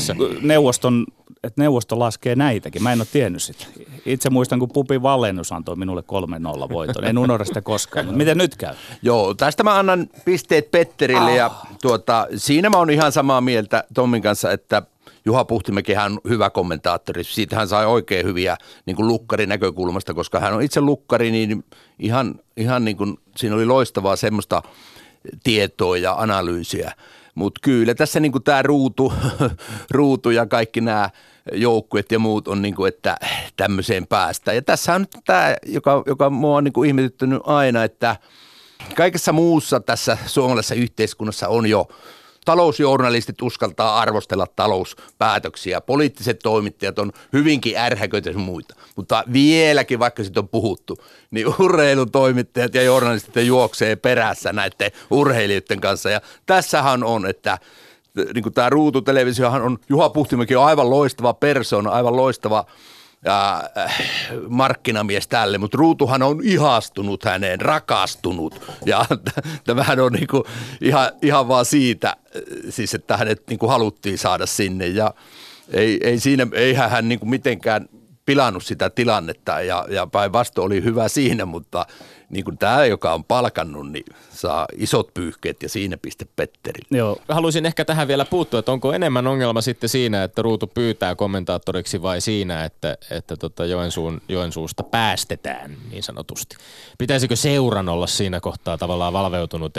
että neuvosto laskee näitäkin. Mä en ole tiennyt sitä. Itse muistan, kun Pupi Vallennus antoi minulle 3-0 voiton. En unohda sitä koskaan, mutta miten nyt käy? Joo, tästä mä annan pisteet Petterille ja siinä mä oon ihan samaa mieltä Tommin kanssa, että Juha Puhtimäkihän on hyvä kommentaattori. Siitä hän sai oikein hyviä niin kuin lukkarin näkökulmasta, koska hän on itse lukkari, niin ihan niin kuin siinä oli loistavaa semmoista tietoa ja analyysiä. Mutta kyllä tässä niin kuin tämä ruutu ja kaikki nämä joukkueet ja muut on niin kuin, että tämmöiseen päästään. Ja tässä on nyt tämä, joka mua on niin kuin ihmetyttänyt aina, että kaikessa muussa tässä suomalaisessa yhteiskunnassa on jo talousjournalistit uskaltaa arvostella talouspäätöksiä, poliittiset toimittajat on hyvinkin ärhäköitä ja muita, mutta vieläkin vaikka siitä on puhuttu, niin urheilutoimittajat ja journalistit juoksee perässä näiden urheilijoiden kanssa ja tässähän on, että niin kuin tämä ruututelevisiohan on, Juha Puhtimäki on aivan loistava persoona, aivan loistava markkinamies tälle, mutta ruutuhan on ihastunut häneen, rakastunut ja tämähän on niinku ihan vaan siitä, siis että hänet niinku haluttiin saada sinne ja eihän hän niinku mitenkään pilannut sitä tilannetta ja päinvastoin oli hyvä siinä, mutta niin kuin tämä, joka on palkannut, niin saa isot pyyhkeet ja siinä piste Petterille. Joo. Haluaisin ehkä tähän vielä puuttua, että onko enemmän ongelma sitten siinä, että Ruutu pyytää kommentaattoriksi vai siinä, että Joensuusta päästetään niin sanotusti. Pitäisikö seuran olla siinä kohtaa tavallaan valveutunut,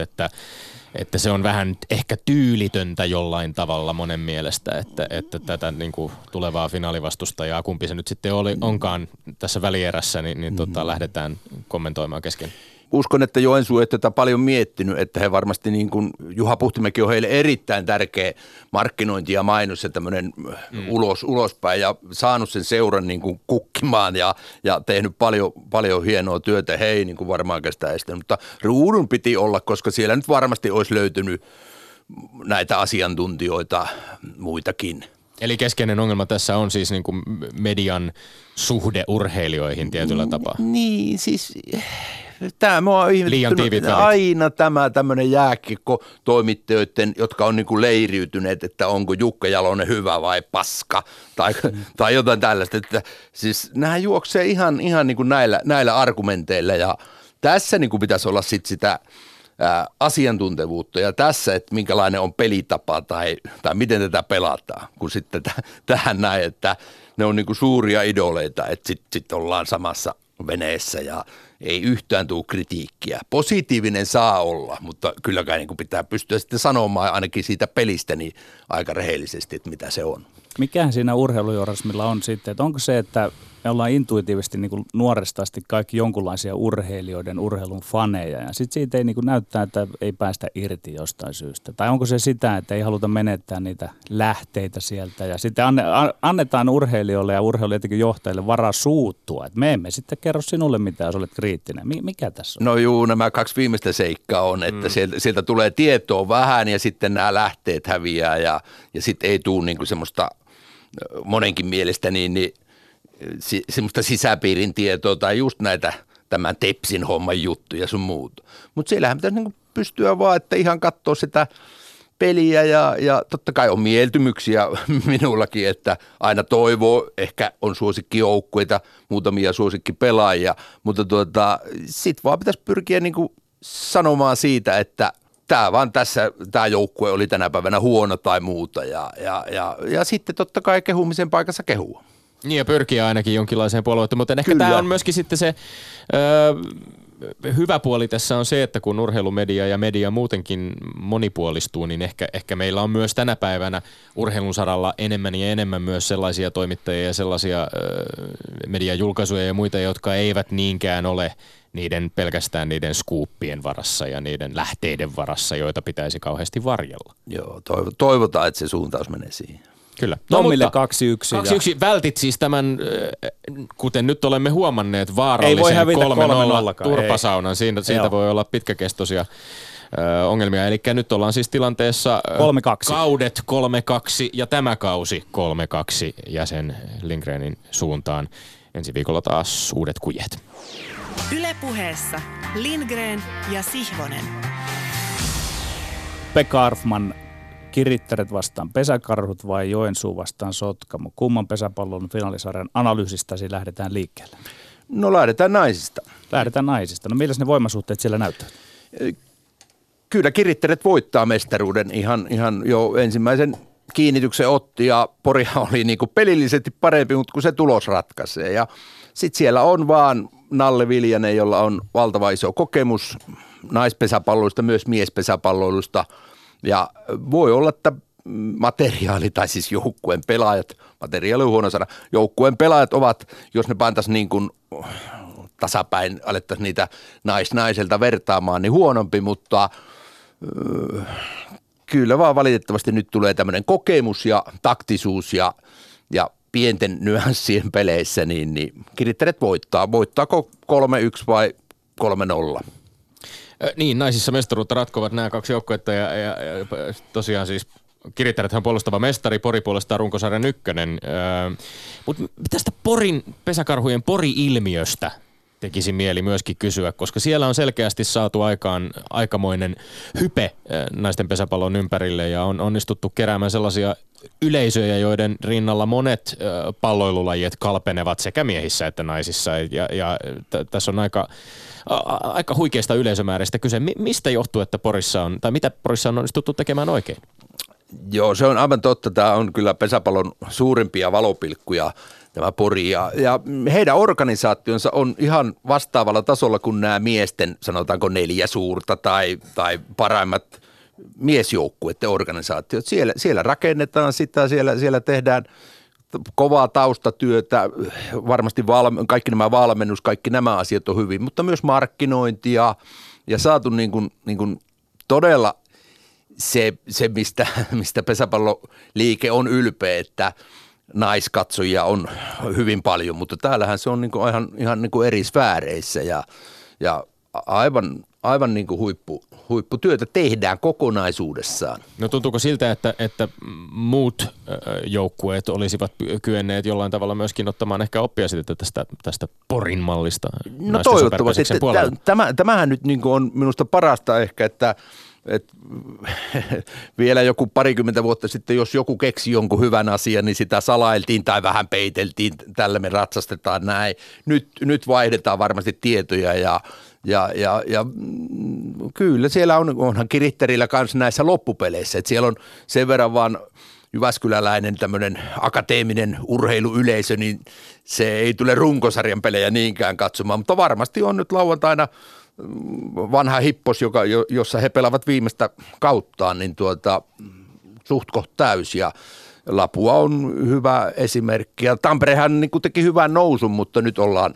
että se on vähän ehkä tyylitöntä jollain tavalla monen mielestä, että tätä niin kuin tulevaa finaalivastustajaa, kumpi se nyt sitten onkaan tässä välierässä, niin lähdetään kommentoimaan kesken. Uskon, että Joensuu ei tätä paljon miettinyt, että he varmasti niin kuin Juha Puhtimäki on heille erittäin tärkeä markkinointi ja mainos ja tämmöinen ulospäin ja saanut sen seuran niin kuin kukkimaan ja tehnyt paljon hienoa työtä. He ei niin kuin varmaankaan sitä estänyt, mutta Ruudun piti olla, koska siellä nyt varmasti olisi löytynyt näitä asiantuntijoita muitakin. Eli keskeinen ongelma tässä on siis niin kuin median suhde urheilijoihin tietyllä tapaa. Niin, siis tämä mua on ihmetynyt aina tämä tämmöinen jääkiekko-toimittajien, jotka on niin kuin leiriytyneet, että onko Jukka Jalonen hyvä vai paska tai jotain tällaista. Että siis nämä juoksee ihan niin kuin näillä argumenteilla ja tässä niin kuin pitäisi olla sitten sitä asiantuntevuutta ja tässä, että minkälainen on pelitapa tai miten tätä pelataan, kun sitten tähän näin, että ne on niin kuin suuria idoleita, että sitten ollaan samassa veneessä ja ei yhtään tule kritiikkiä. Positiivinen saa olla, mutta kylläkään niin kuin pitää pystyä sitten sanomaan ainakin siitä pelistä niin aika rehellisesti, että mitä se on. Mikähän siinä urheilujournalismilla on sitten, että onko se, että me ollaan intuitiivisesti niin kuin nuoresta asti kaikki jonkunlaisia urheilun faneja ja sitten siitä ei niin kuin näyttää, että ei päästä irti jostain syystä. Tai onko se sitä, että ei haluta menettää niitä lähteitä sieltä ja sitten annetaan urheilijoille ja urheilijoiden johtajille varaa suuttua, että me emme sitten kerro sinulle mitään, jos olet kriittinen. Mikä tässä on? No juu, nämä kaksi viimeistä seikkaa on, että sieltä tulee tietoa vähän ja sitten nämä lähteet häviää ja sitten ei tule niin kuin semmoista monenkin mielestä niin semmoista sisäpiirin tietoa tai just näitä tämän Tepsin homman juttuja sun muuta. Mutta siellähän pitäisi niinku pystyä vaan, että ihan katsoa sitä peliä ja totta kai on mieltymyksiä minullakin, että aina toivoo, ehkä on suosikkijoukkueita, muutamia suosikkipelaajia, mutta sit vaan pitäisi pyrkiä niinku sanomaan siitä, että tämä joukkue oli tänä päivänä huono tai muuta ja sitten totta kai kehumisen paikassa kehua. Niin ja pyrkiä ainakin jonkinlaiseen puolueettomuuteen, mutta ehkä tämä on myöskin sitten se hyvä puoli tässä on se, että kun urheilumedia ja media muutenkin monipuolistuu, niin ehkä meillä on myös tänä päivänä urheilun saralla enemmän ja enemmän myös sellaisia toimittajia ja sellaisia mediajulkaisuja ja muita, jotka eivät niinkään ole pelkästään niiden skuuppien varassa ja niiden lähteiden varassa, joita pitäisi kauheasti varjella. Joo, toivotaan, että se suuntaus menee siihen. Kyllä. Tommille 2-1. 2-1. Vältit siis tämän, kuten nyt olemme huomanneet, vaarallisen 3-0 turpasaunan. Siitä voi olla pitkäkestoisia ongelmia. Eli nyt ollaan siis tilanteessa 3-2. Kaudet 3-2 ja tämä kausi 3-2 jäsen Lindgrenin suuntaan. Ensi viikolla taas uudet kujet. Yle Puheessa Lindgren ja Sihvonen. Pekka Arfman, Kirittäret vastaan Pesäkarhut vai Joensuu vastaan Sotkamo? Kumman pesäpallon finaalisarjan analyysistäsi lähdetään liikkeelle? No lähdetään naisista. Lähdetään naisista. No milläs ne voimasuhteet siellä näyttävät? Kyllä Kirittäret voittaa mestaruuden ihan jo ensimmäisen kiinnityksen otti ja Porihan oli niin kuin pelillisesti parempi, mutta kun se tulos ratkaisee. Ja sitten siellä on vaan Nalle Viljanen, jolla on valtava iso kokemus naispesäpalloilusta, myös miespesäpalloilusta. Ja voi olla, että materiaali tai siis joukkueen pelaajat, materiaali on huono sana, joukkueen pelaajat ovat, jos ne pantaisiin niin kuin tasapäin, alettaisiin niitä naiselta vertaamaan, niin huonompi, mutta kyllä vaan valitettavasti nyt tulee tämmöinen kokemus ja taktisuus ja pienten nyanssien peleissä, niin Kirittäret voittaa. Voittaako 3-1 vai 3-0? Niin, naisissa mestaruutta ratkovat nämä kaksi joukkuetta ja tosiaan siis Kirittärethän puolustava mestari, Pori puolestaan runkosarjan ykkönen. Mutta tästä Pesäkarhujen Pori-ilmiöstä tekisi mieli myöskin kysyä, koska siellä on selkeästi saatu aikamoinen hype naisten pesäpallon ympärille ja on onnistuttu keräämään sellaisia yleisöjä, joiden rinnalla monet palloilulajit kalpenevat sekä miehissä että naisissa. Ja tässä on aika huikeasta yleisömäärästä kyse. Mistä johtuu, että Porissa on, tai mitä Porissa on onnistuttu tekemään oikein? Joo, se on aivan totta. Tämä on kyllä pesäpallon suurimpia valopilkkuja, tämä Pori. Ja heidän organisaationsa on ihan vastaavalla tasolla kuin nämä miesten, sanotaanko 4 suurta tai parhaimmat miesjoukkueiden organisaatiot. Siellä rakennetaan sitä, siellä tehdään kovaa taustatyötä, varmasti kaikki nämä valmennus, kaikki nämä asiat on hyvin, mutta myös markkinointia ja saatu niin kuin todella se mistä pesäpalloliike on ylpeä, että naiskatsojia on hyvin paljon, mutta täällähän se on niin kuin ihan niin kuin eri sfääreissä ja aivan niin kuin huipputyötä tehdään kokonaisuudessaan. No tuntuuko siltä, että muut joukkueet olisivat kyenneet jollain tavalla myöskin ottamaan ehkä oppia sitten tästä Porin mallista? No toivottavasti. Tämähän nyt niin kuin on minusta parasta ehkä, että vielä joku 20 vuotta sitten, jos joku keksi jonkun hyvän asian, niin sitä salailtiin tai vähän peiteltiin, tällä me ratsastetaan näin. Nyt vaihdetaan varmasti tietoja ja kyllä siellä onhan Kiritterillä kanssa näissä loppupeleissä, että siellä on sen verran vaan jyväskyläläinen tämmöinen akateeminen urheiluyleisö, niin se ei tule runkosarjan pelejä niinkään katsomaan, mutta varmasti on nyt lauantaina vanha hippos, jossa he pelaavat viimeistä kauttaan, niin suht koht täys ja Lapua on hyvä esimerkki. Ja Tamperehan niin kuin teki hyvän nousun, mutta nyt ollaan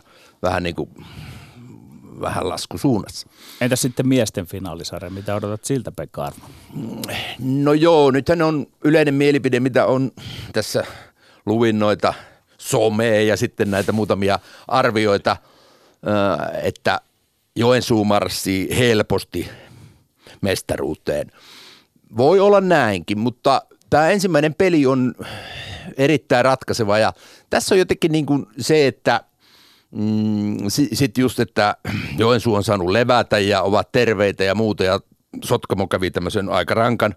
vähän laskusuunnassa. Entä sitten miesten finaalisarja? Mitä odotat siltä, Pekka Armo? No joo, nythän on yleinen mielipide, mitä on tässä luvin noita somea ja sitten näitä muutamia arvioita, että Joensuu marssii helposti mestaruuteen. Voi olla näinkin, mutta tämä ensimmäinen peli on erittäin ratkaiseva ja tässä on jotenkin niin kuin se, että sitten just, että Joensuu on saanut levätä ja ovat terveitä ja muuta ja Sotkamo kävi tämmöisen aika rankan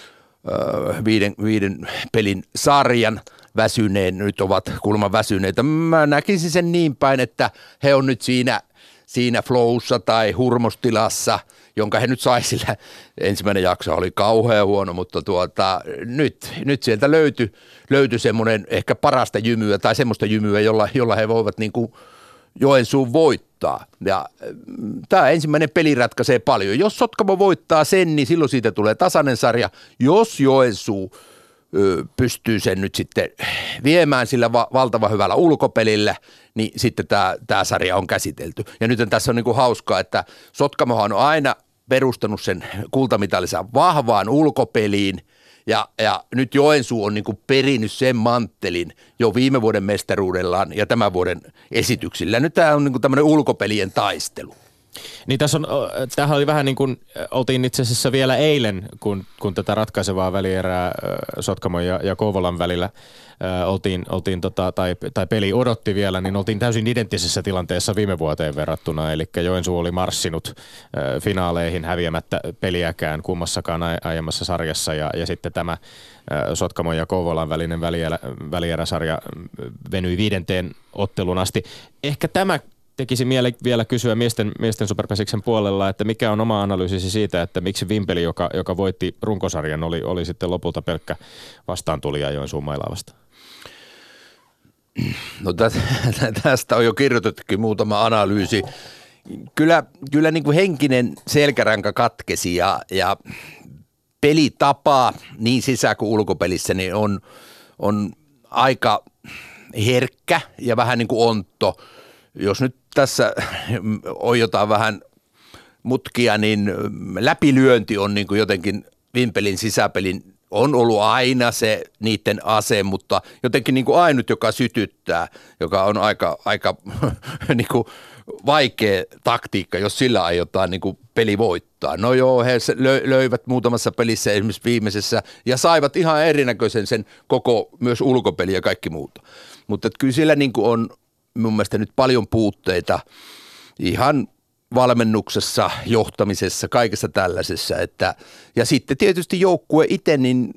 5 pelin sarjan väsyneen, nyt ovat kuulemma väsyneitä. Mä näkisin sen niin päin, että he on nyt siinä flowssa tai hurmostilassa, jonka he nyt sai sillä. Ensimmäinen jakso oli kauhean huono, mutta nyt sieltä löytyi semmoinen ehkä parasta jymyä tai semmoista jymyä, jolla he voivat niin kuin Joensuun voittaa. Ja tämä ensimmäinen peli ratkaisee paljon. Jos Sotkamo voittaa sen, niin silloin siitä tulee tasainen sarja. Jos Joensuu pystyy sen nyt sitten viemään sillä valtavan hyvällä ulkopelillä, niin sitten tämä sarja on käsitelty. Ja nyt tässä on niin kuin hauskaa, että Sotkamohan on aina perustanut sen kultamitalinsa vahvaan ulkopeliin, ja nyt Joensuu on niin kuin perinnyt sen manttelin jo viime vuoden mestaruudellaan ja tämän vuoden esityksillä. Nyt tämä on niin kuin tämmöinen ulkopelien taistelu. Niin tämähän oli vähän niin kuin, oltiin itse asiassa vielä eilen, kun tätä ratkaisevaa välierää Sotkamon ja Kouvolan välillä tai peli odotti vielä, niin oltiin täysin identtisessä tilanteessa viime vuoteen verrattuna, eli Joensuu oli marssinut finaaleihin häviämättä peliäkään kummassakaan aiemmassa sarjassa, ja sitten tämä Sotkamon ja Kouvolan välinen välieräsarja venyi 5. ottelun asti. Ehkä tämä tekisi vielä kysyä miesten superpesiksen puolella, että mikä on oma analyysisi siitä, että miksi Vimpeli, joka voitti runkosarjan, oli sitten lopulta pelkkä vastaantulija Joensuun Mailaa vastaan? No tästä on jo kirjoitettukin muutama analyysi. Kyllä niin kuin henkinen selkäranka katkesi ja pelitapa niin sisä- kuin ulkopelissä niin on aika herkkä ja vähän niin kuin ontto. Jos nyt tässä on jotain vähän mutkia, niin läpilyönti on niin kuin jotenkin Vimpelin sisäpelin on ollut aina se niiden ase, mutta jotenkin niin kuin ainut, joka sytyttää, joka on aika niin kuin vaikea taktiikka, jos sillä aiotaan niin kuin peli voittaa. No joo, he löivät muutamassa pelissä esimerkiksi viimeisessä ja saivat ihan erinäköisen sen koko myös ulkopeli ja kaikki muuta. Mutta kyllä siellä niin kuin on mun mielestä nyt paljon puutteita. Ihan valmennuksessa, johtamisessa, kaikessa tällaisessa. Ja sitten tietysti joukkue itse, niin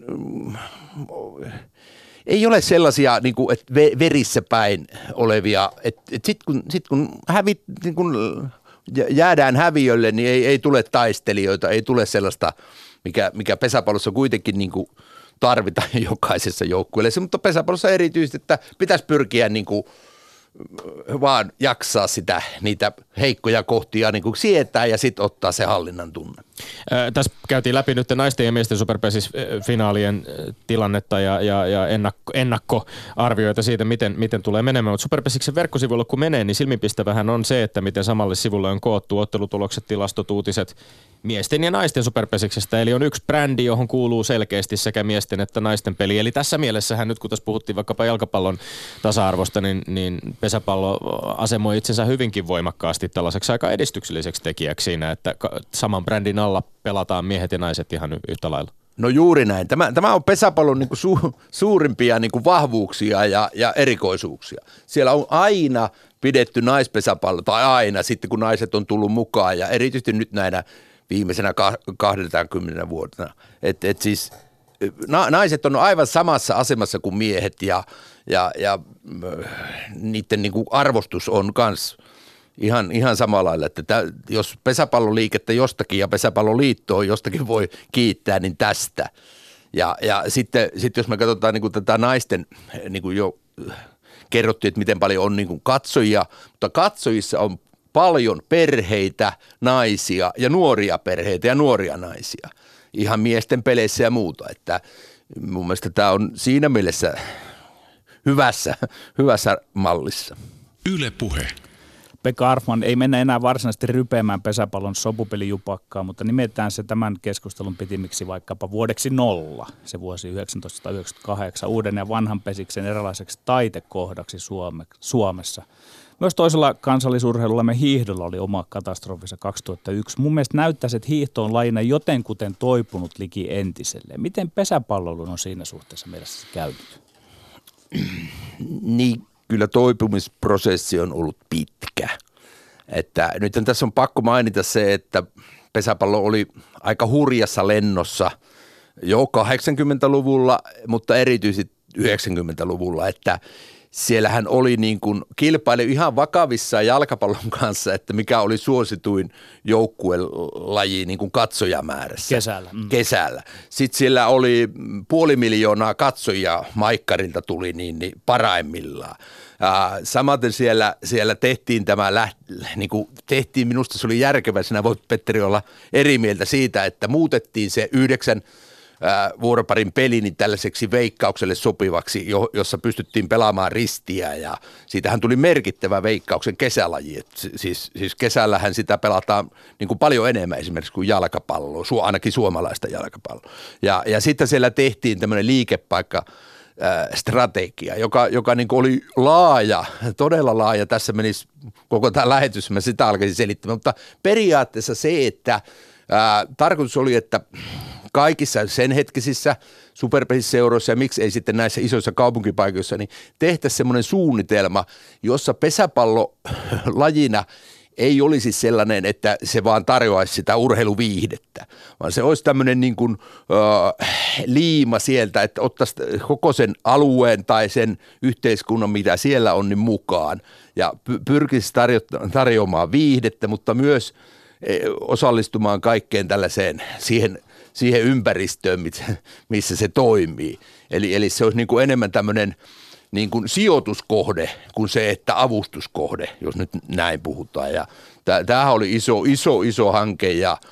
ei ole sellaisia niin kuin, että verissä päin olevia, että sit kun niin kun jäädään häviölle, niin ei tule taistelijoita, ei tule sellaista, mikä pesäpallossa kuitenkin niin kuin tarvitaan jokaisessa joukkueessa, mutta pesäpallossa erityisesti, että pitäisi pyrkiä niin kuin vaan jaksaa niitä heikkoja kohtia niin kuin sietää ja sitten ottaa se hallinnan tunne. Tässä käytiin läpi nyt naisten ja miesten superpesis-finaalien tilannetta ja ennakkoarvioita siitä, miten tulee menemään. Mutta Superpesiksen verkkosivuilla kun menee, niin silmiinpistävähän on se, että miten samalle sivulle on koottu ottelutulokset, tilastot, uutiset miesten ja naisten superpesiksestä. Eli on yksi brändi, johon kuuluu selkeästi sekä miesten että naisten peli. Eli tässä mielessähän nyt, kun tässä puhuttiin vaikkapa jalkapallon tasa-arvosta, niin pesäpallo asemoi itsensä hyvinkin voimakkaasti tällaiseksi aika edistykselliseksi tekijäksi siinä, että saman brändin alla pelataan miehet ja naiset ihan yhtä lailla. No juuri näin. Tämä on pesäpallon niin kuin suurimpia niin kuin vahvuuksia ja erikoisuuksia. Siellä on aina pidetty naispesäpallo, tai aina sitten kun naiset on tullut mukaan, ja erityisesti nyt näinä viimeisenä 20 vuotena. Et siis naiset on aivan samassa asemassa kuin miehet, ja niiden niin kuin arvostus on myös ihan samalla lailla, että jos pesäpalloliikettä jostakin ja pesäpalloliittoa jostakin voi kiittää, niin tästä. Ja sitten jos me katsotaan niin kuin tätä naisten, niin kuin jo kerrottiin, että miten paljon on niin kuin katsojia, mutta katsojissa on paljon perheitä, naisia ja nuoria perheitä ja nuoria naisia. Ihan miesten peleissä ja muuta, että mun mielestä tämä on siinä mielessä hyvässä mallissa. Yle Puhe. Pekka Arfman, ei mennä enää varsinaisesti rypeämään pesäpallon sopupelijupakkaa, mutta nimetään se tämän keskustelun pitimiksi vaikkapa vuodeksi 0, se vuosi 1998, uuden ja vanhan pesiksen erilaiseksi taitekohdaksi Suomessa. Myös toisella kansallisurheilullamme hiihdolla oli oma katastrofissa 2001. Mun mielestä näyttäisi, että hiihto on lajina jotenkuten toipunut liki entiselleen. Miten pesäpalloilun on siinä suhteessa mielessä käynyt? Niin, kyllä toipumisprosessi on ollut pitkä. Että nyt tässä on pakko mainita se, että pesäpallo oli aika hurjassa lennossa jo 80-luvulla, mutta erityisesti 90-luvulla, että siellähän oli niin kuin kilpailu ihan vakavissaan jalkapallon kanssa, että mikä oli suosituin joukkuelaji niin kuin katsojamäärässä. Kesällä. Sitten siellä oli 500,000 katsojia Maikkarilta tuli niin paraimmillaan. Samaten siellä tehtiin tehtiin, minusta se oli järkevä, sinä voit Petteri olla eri mieltä siitä, että muutettiin se 9 vuoroparin peli niin tällaiseksi veikkaukselle sopivaksi, jossa pystyttiin pelaamaan ristiä, ja siitähän tuli merkittävä Veikkauksen kesälaji. Siis kesällähän sitä pelataan niin kuin paljon enemmän esimerkiksi kuin jalkapalloa, ainakin suomalaista jalkapalloa. Ja sitten siellä tehtiin tämmöinen liikepaikka strategia, joka niin kuin oli laaja, todella laaja. Tässä menisi koko tämä lähetys, mä sitä alkaisin selittämään, mutta periaatteessa se, että tarkoitus oli, että kaikissa sen hetkisissä superpesisseuroissa ja miksi ei sitten näissä isoissa kaupunkipaikoissa, niin tehtäisiin semmoinen suunnitelma, jossa pesäpallo lajina ei olisi sellainen, että se vaan tarjoaisi sitä urheiluviihdettä, vaan se olisi tämmöinen niin kuin liima sieltä, että ottaisi koko sen alueen tai sen yhteiskunnan, mitä siellä on, niin mukaan ja pyrkisi tarjoamaan viihdettä, mutta myös osallistumaan kaikkeen tällaiseen siihen ympäristöön, missä se toimii. Eli se olisi niin kuin enemmän tämmöinen niin kuin sijoituskohde kuin se, että avustuskohde, jos nyt näin puhutaan. Ja tämähän oli iso hanke,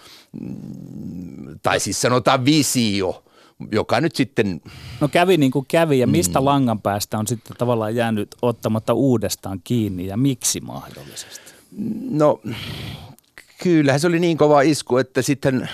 tai siis sanotaan visio, joka nyt sitten... No kävi niin kuin kävi, ja mistä langan päästä on sitten tavallaan jäänyt ottamatta uudestaan kiinni, ja miksi mahdollisesti? No kyllähän se oli niin kova isku, että sitten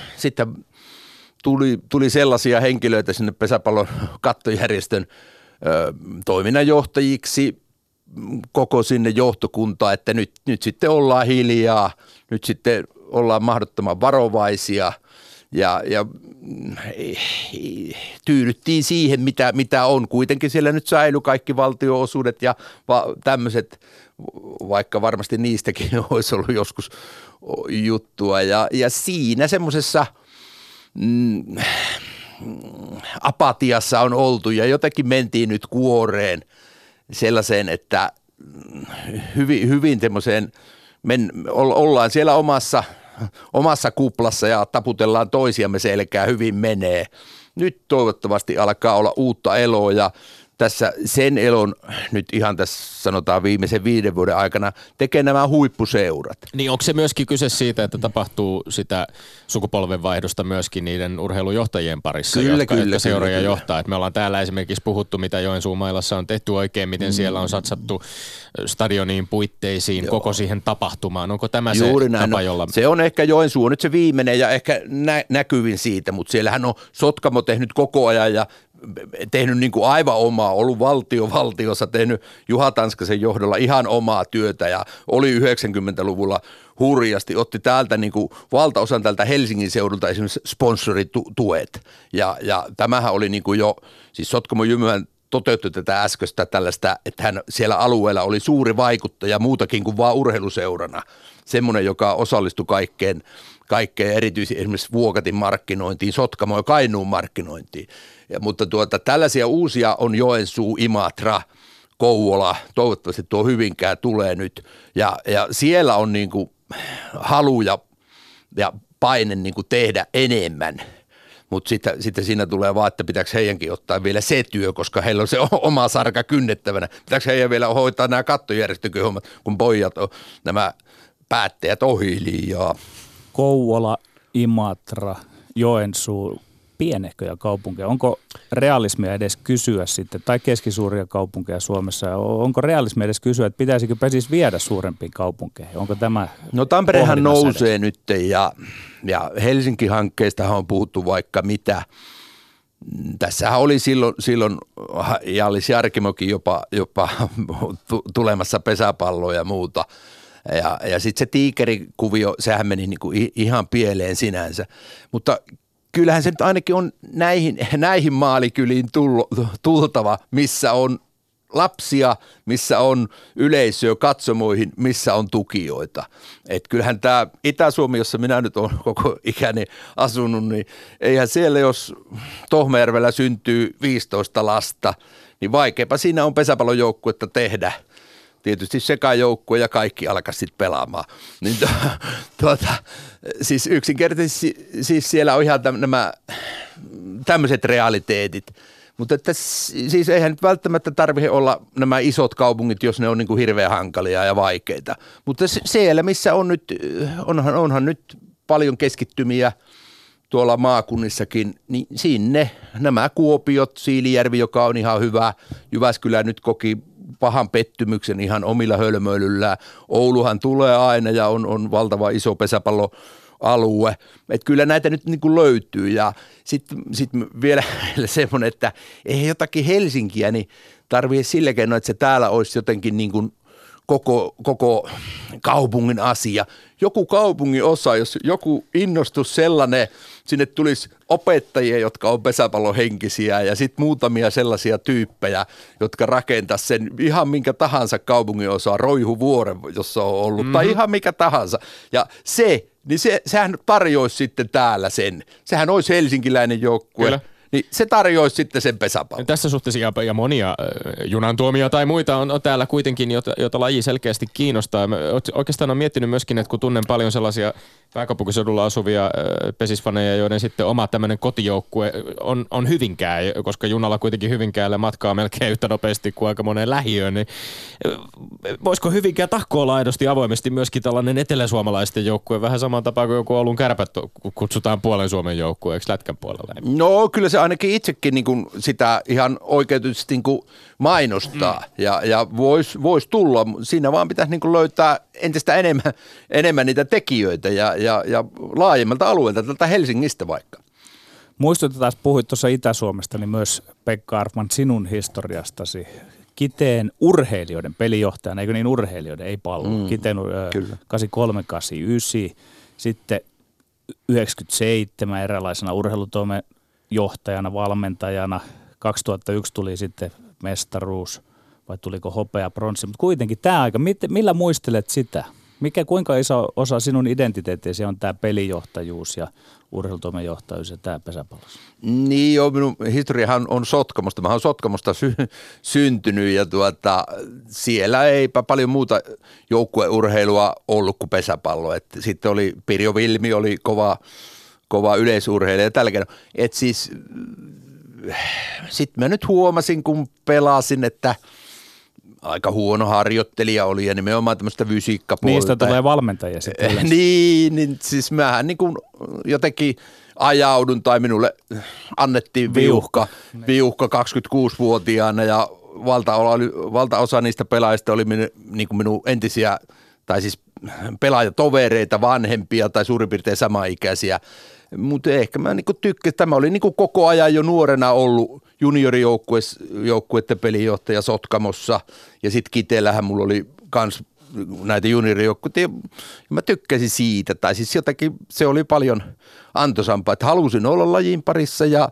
tuli sellaisia henkilöitä sinne pesäpallon kattojärjestön toiminnanjohtajiksi koko sinne johtokuntaan, että nyt sitten ollaan hiljaa, nyt sitten ollaan mahdottoman varovaisia ja tyydyttiin siihen, mitä on. Kuitenkin siellä nyt säilyi kaikki valtio-osuudet ja tämmöiset, vaikka varmasti niistäkin olisi ollut joskus juttua. Ja siinä semmoisessa apatiassa on oltu ja jotenkin mentiin nyt kuoreen sellaiseen, että hyvin semmoiseen, ollaan siellä omassa kuplassa ja taputellaan toisiamme selkää, hyvin menee. Nyt toivottavasti alkaa olla uutta eloa ja tässä sen elon nyt ihan tässä sanotaan viimeisen 5 vuoden aikana tekee nämä huippuseurat. Niin onko se myöskin kyse siitä, että tapahtuu sitä sukupolvenvaihdosta myöskin niiden urheilujohtajien parissa, jotka seuroja johtaa? Et me ollaan täällä esimerkiksi puhuttu, mitä Joensuun mailassa on tehty oikein, miten siellä on satsattu stadioniin puitteisiin, koko siihen tapahtumaan. Onko tämä juuri se näin, tapa, jolla... Se on ehkä Joensuu nyt se viimeinen ja ehkä näkyvin siitä, mutta siellähän on Sotkamo tehnyt koko ajan ja tehnyt niin kuin aivan omaa, ollut valtiossa, tehnyt Juha Tanskasen johdolla ihan omaa työtä ja oli 90-luvulla hurjasti, otti täältä niin kuin valtaosan tältä Helsingin seudulta esimerkiksi sponsorituet ja tämähän oli niin kuin jo, siis Sotkamo Jymyhän toteutti tätä äskeistä tällaista, että hän siellä alueella oli suuri vaikuttaja muutakin kuin vaan urheiluseurana, semmoinen, joka osallistui kaikkeen erityisesti esimerkiksi Vuokatin markkinointiin, Sotkamo ja Kainuun markkinointiin. Mutta tällaisia uusia on Joensuu, Imatra, Kouvola, toivottavasti tuo Hyvinkää tulee nyt. Ja siellä on niin kuin halu ja paine niin kuin tehdä enemmän. Mutta sitten siinä tulee vaan, että pitääkö heidänkin ottaa vielä se työ, koska heillä on se oma sarka kynnettävänä. Pitääkö heidän vielä hoitaa nämä kattojärjestökin hommat, kun pojat on nämä päättäjät ohi liiaa. Kouvola, Imatra, Joensuu, pienehköjä kaupunkeja. Onko realismia edes kysyä sitten, tai keskisuuria kaupunkeja Suomessa, onko realismia edes kysyä, että pitäisikö PESiS viedä suurempiin kaupunkeihin? Onko tämä No Tamperehan nousee nyt ja Helsinki-hankkeista on puhuttu vaikka mitä. Tässähän oli silloin Jallis Jarkimokin jopa tulemassa pesäpalloa ja muuta. Ja sitten se tiikerikuvio, sehän meni niinku ihan pieleen sinänsä, mutta kyllähän se nyt ainakin on näihin maalikyliin tultava, missä on lapsia, missä on yleisöä katsomoihin, missä on tukijoita. Et kyllähän tämä Itä-Suomi, jossa minä nyt olen koko ikäni asunut, niin eihän siellä, jos Tohmajärvellä syntyy 15 lasta, niin vaikeapa siinä on pesäpallojoukkuetta tehdä. Tietysti sekajoukkue ja kaikki alkaa sitten pelaamaan. Niin siis yksinkertaisesti siis siellä on ihan nämä tämmöiset realiteetit. Mutta että siis eihän nyt välttämättä tarvitse olla nämä isot kaupungit, jos ne on niin kuin hirveän hankalia ja vaikeita. Mutta siellä, missä on nyt, onhan nyt paljon keskittymiä tuolla maakunnissakin, niin sinne nämä Kuopiot, Siilijärvi, joka on ihan hyvä, Jyväskylä nyt koki pahan pettymyksen ihan omilla hölmöilyllään. Ouluhan tulee aina ja on valtava iso pesäpalloalue. Että kyllä näitä nyt niin kuin löytyy ja sitten vielä semmoinen, että ei jotakin Helsinkiä, niin tarvitse sillä keinoin, että se täällä olisi jotenkin niin kuin koko kaupungin asia. Joku kaupungin osa, jos joku innostus sellainen, sinne tulisi opettajia, jotka on pesäpallohenkisiä ja sitten muutamia sellaisia tyyppejä, jotka rakentaisi sen ihan minkä tahansa kaupungin osaa, Roihuvuoren, jossa on ollut, tai ihan mikä tahansa. Ja sehän tarjoisi sitten täällä sen. Sehän olisi helsinkiläinen joukkue. Kyllä. Niin se tarjoisi sitten sen pesäpallon. Tässä suhteessa ja monia junantuomia tai muita on täällä kuitenkin, jota laji selkeästi kiinnostaa. Mä oikeastaan olen miettinyt myöskin, että kun tunnen paljon sellaisia pääkaupunkiseudulla asuvia PESiS-faneja, joiden sitten oma tämmöinen kotijoukkue on Hyvinkää, koska junalla kuitenkin Hyvinkäälle matkaa melkein yhtä nopeasti kuin aika moneen lähiöön, niin voisiko Hyvinkää tahkoilla aidosti avoimesti myöskin tällainen eteläsuomalaisten joukkue, vähän samaan tapaan kuin joku Oulun Kärpät kutsutaan puolen Suomen joukkueeksi lätkän puolella? No kyllä se ainakin itsekin niin kuin sitä ihan oikeutusti niin kuin mainostaa ja vois tulla. Siinä vaan pitäisi niin kuin löytää entistä enemmän niitä tekijöitä ja laajemmalta alueelta, tältä Helsingistä vaikka. Muistutetaan, puhuit tuossa Itä-Suomesta, niin myös Pekka Arfman sinun historiastasi. Kiteen urheilijoiden pelijohtajana, eikö niin urheilijoiden, ei pallo. Kiteen 83-89, sitten 97 eräänlaisena urheilutoimen johtajana, valmentajana. 2001 tuli sitten mestaruus, vai tuliko hopea, pronssi, mutta kuitenkin tämä aika, millä muistelet sitä? Kuinka iso osa sinun identiteettiesi on tämä pelijohtajuus ja urheilutoimen johtajuus ja tämä pesäpallossa? Niin joo, minun historiahan on Sotkamosta. Mä oon Sotkamosta syntynyt ja siellä eipä paljon muuta joukkueurheilua ollut kuin pesäpallo. Sitten oli Pirjo Vilmi, oli kova yleisurheilija ja tällä keinoin. Sitten mä nyt huomasin, kun pelasin, että aika huono harjoittelija oli ja nimenomaan tämmöistä fysiikkapuolta. Niistä tulee valmentajia sitten. niin siis mähän niin kuin jotenkin ajaudun tai minulle annettiin viuhka 26-vuotiaana ja valtaosa niistä pelaajista oli niin kuin minun entisiä tai siis pelaajatovereita, vanhempia tai suurin piirtein samaikäisiä. Mutta ehkä mä niinku tykkäsin, tämä oli niinku koko ajan jo nuorena ollut juniorijoukkueiden pelijohtaja Sotkamossa ja sitten Kiteellähän mulla oli kans näitä juniorijoukkueita ja mä tykkäsin siitä. Tai siis jotenkin se oli paljon antoisampaa, että halusin olla lajin parissa ja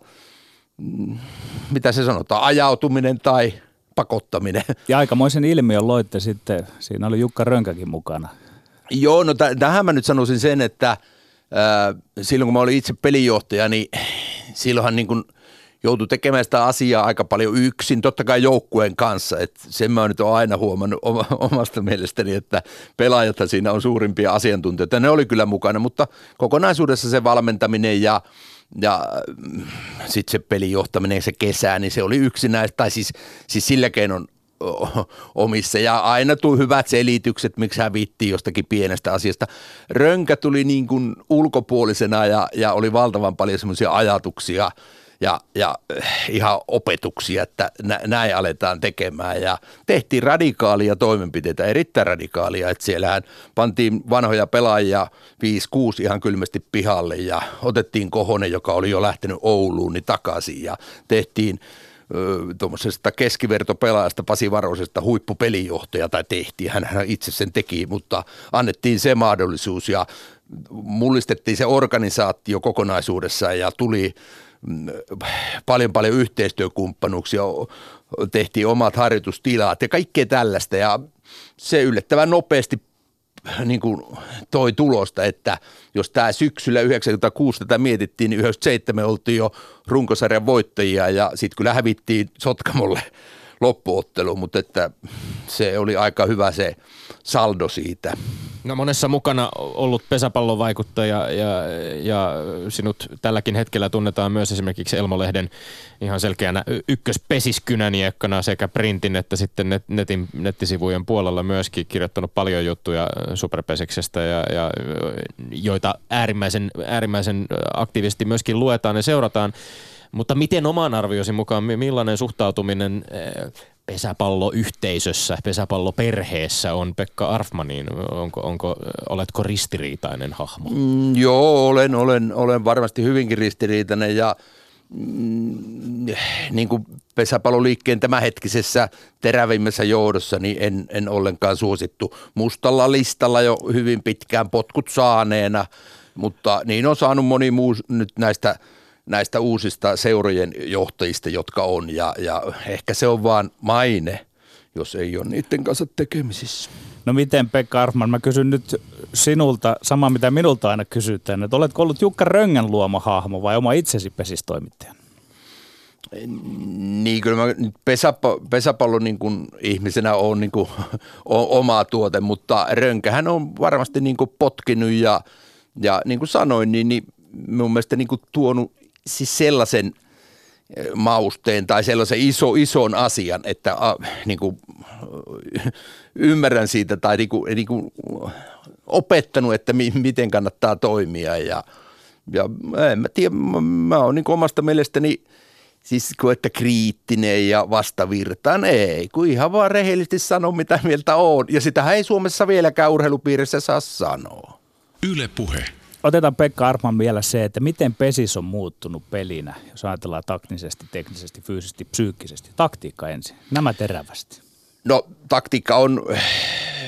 mitä se sanotaan, ajautuminen tai pakottaminen. Ja aikamoisen ilmiön loitte sitten, siinä oli Jukka Rönkäkin mukana. Joo, no tähän mä nyt sanoisin sen, että silloin kun mä olin itse pelijohtaja, niin silloinhan niin kuin joutui tekemään sitä asiaa aika paljon yksin, totta kai joukkueen kanssa. Että sen mä nyt olen aina huomannut omasta mielestäni, että pelaajathan siinä on suurimpia asiantuntijoita. Ne oli kyllä mukana, mutta kokonaisuudessa se valmentaminen ja sitten se pelijohtaminen, se kesä, niin se oli yksinäistä, tai siis sillä keinon omissa ja aina tuli hyvät selitykset, miksi hävittiin jostakin pienestä asiasta. Rönkä tuli niin kuin ulkopuolisena ja oli valtavan paljon semmoisia ajatuksia ja ihan opetuksia, että näin aletaan tekemään ja tehtiin radikaalia toimenpiteitä, erittäin radikaalia, että siellähän pantiin vanhoja pelaajia 5-6 ihan kylmästi pihalle ja otettiin Kohonen, joka oli jo lähtenyt Ouluun, niin takaisin ja tehtiin tuommoisesta keskivertopelaajasta Pasi Varosesta huippupelijohtaja tai tehtiin, hän itse sen teki, mutta annettiin se mahdollisuus ja mullistettiin se organisaatio kokonaisuudessaan ja tuli paljon yhteistyökumppanuuksia, tehtiin omat harjoitustilat ja kaikkea tällaista ja se yllättävän nopeasti niin kuin toi tulosta, että jos tämä syksyllä 96 tätä mietittiin, niin 97 oltiin jo runkosarjan voittajia ja sitten kyllä hävittiin Sotkamolle loppuottelu, mutta että se oli aika hyvä se saldo siitä. No monessa mukana ollut pesäpallon vaikuttaja ja sinut tälläkin hetkellä tunnetaan myös esimerkiksi Elmo-lehden ihan selkeänä ykköspesiskynäniekkana sekä printin että sitten nettisivujen puolella myöskin kirjoittanut paljon juttuja Superpesiksestä ja joita äärimmäisen aktiivisesti myöskin luetaan ja seurataan. Mutta miten oman arviosi mukaan, millainen suhtautuminen pesäpalloyhteisössä, pesäpalloperheessä on Pekka Arfmaniin? Oletko ristiriitainen hahmo? Joo, olen varmasti hyvinkin ristiriitainen ja niin kuin pesäpalloliikkeen tämänhetkisessä terävimmässä johdossa, niin en ollenkaan suosittu. Mustalla listalla jo hyvin pitkään potkut saaneena, mutta niin on saanut moni muu nyt näistä uusista seurojen johtajista, jotka on ja ehkä se on vaan maine, jos ei ole niiden kanssa tekemisissä. No miten Pekka Arfman, mä kysyn nyt sinulta sama mitä minulta aina kysytään, että oletko ollut Jukka Röngän luoma hahmo vai oma itsesi pesistoimittajan? Niin kyllä mä pesäpallon niin kuin ihmisenä on niin kuin oma tuote, mutta Rönkähän on varmasti niin kuin potkinut ja niin kuin sanoin, niin mun mielestä niin kuin tuonut siis sellaisen mausteen tai sellaisen ison asian, että niin kuin, ymmärrän siitä tai niin kuin, opettanut, että miten kannattaa toimia ja en mä tiedä, mä oon niin kuin omasta mielestäni siis että kriittinen ja vastavirtaan, ei kun ihan vaan rehellisesti sano mitä mieltä on ja sitähän ei Suomessa vieläkään urheilupiirissä saa sanoa. Yle Puhe. Otetaan Pekka Arfman vielä se, että miten pesis on muuttunut pelinä, jos ajatellaan taktisesti, teknisesti, fyysisesti, psyykkisesti. Taktiikka ensin. Nämä terävästi. No taktiikka on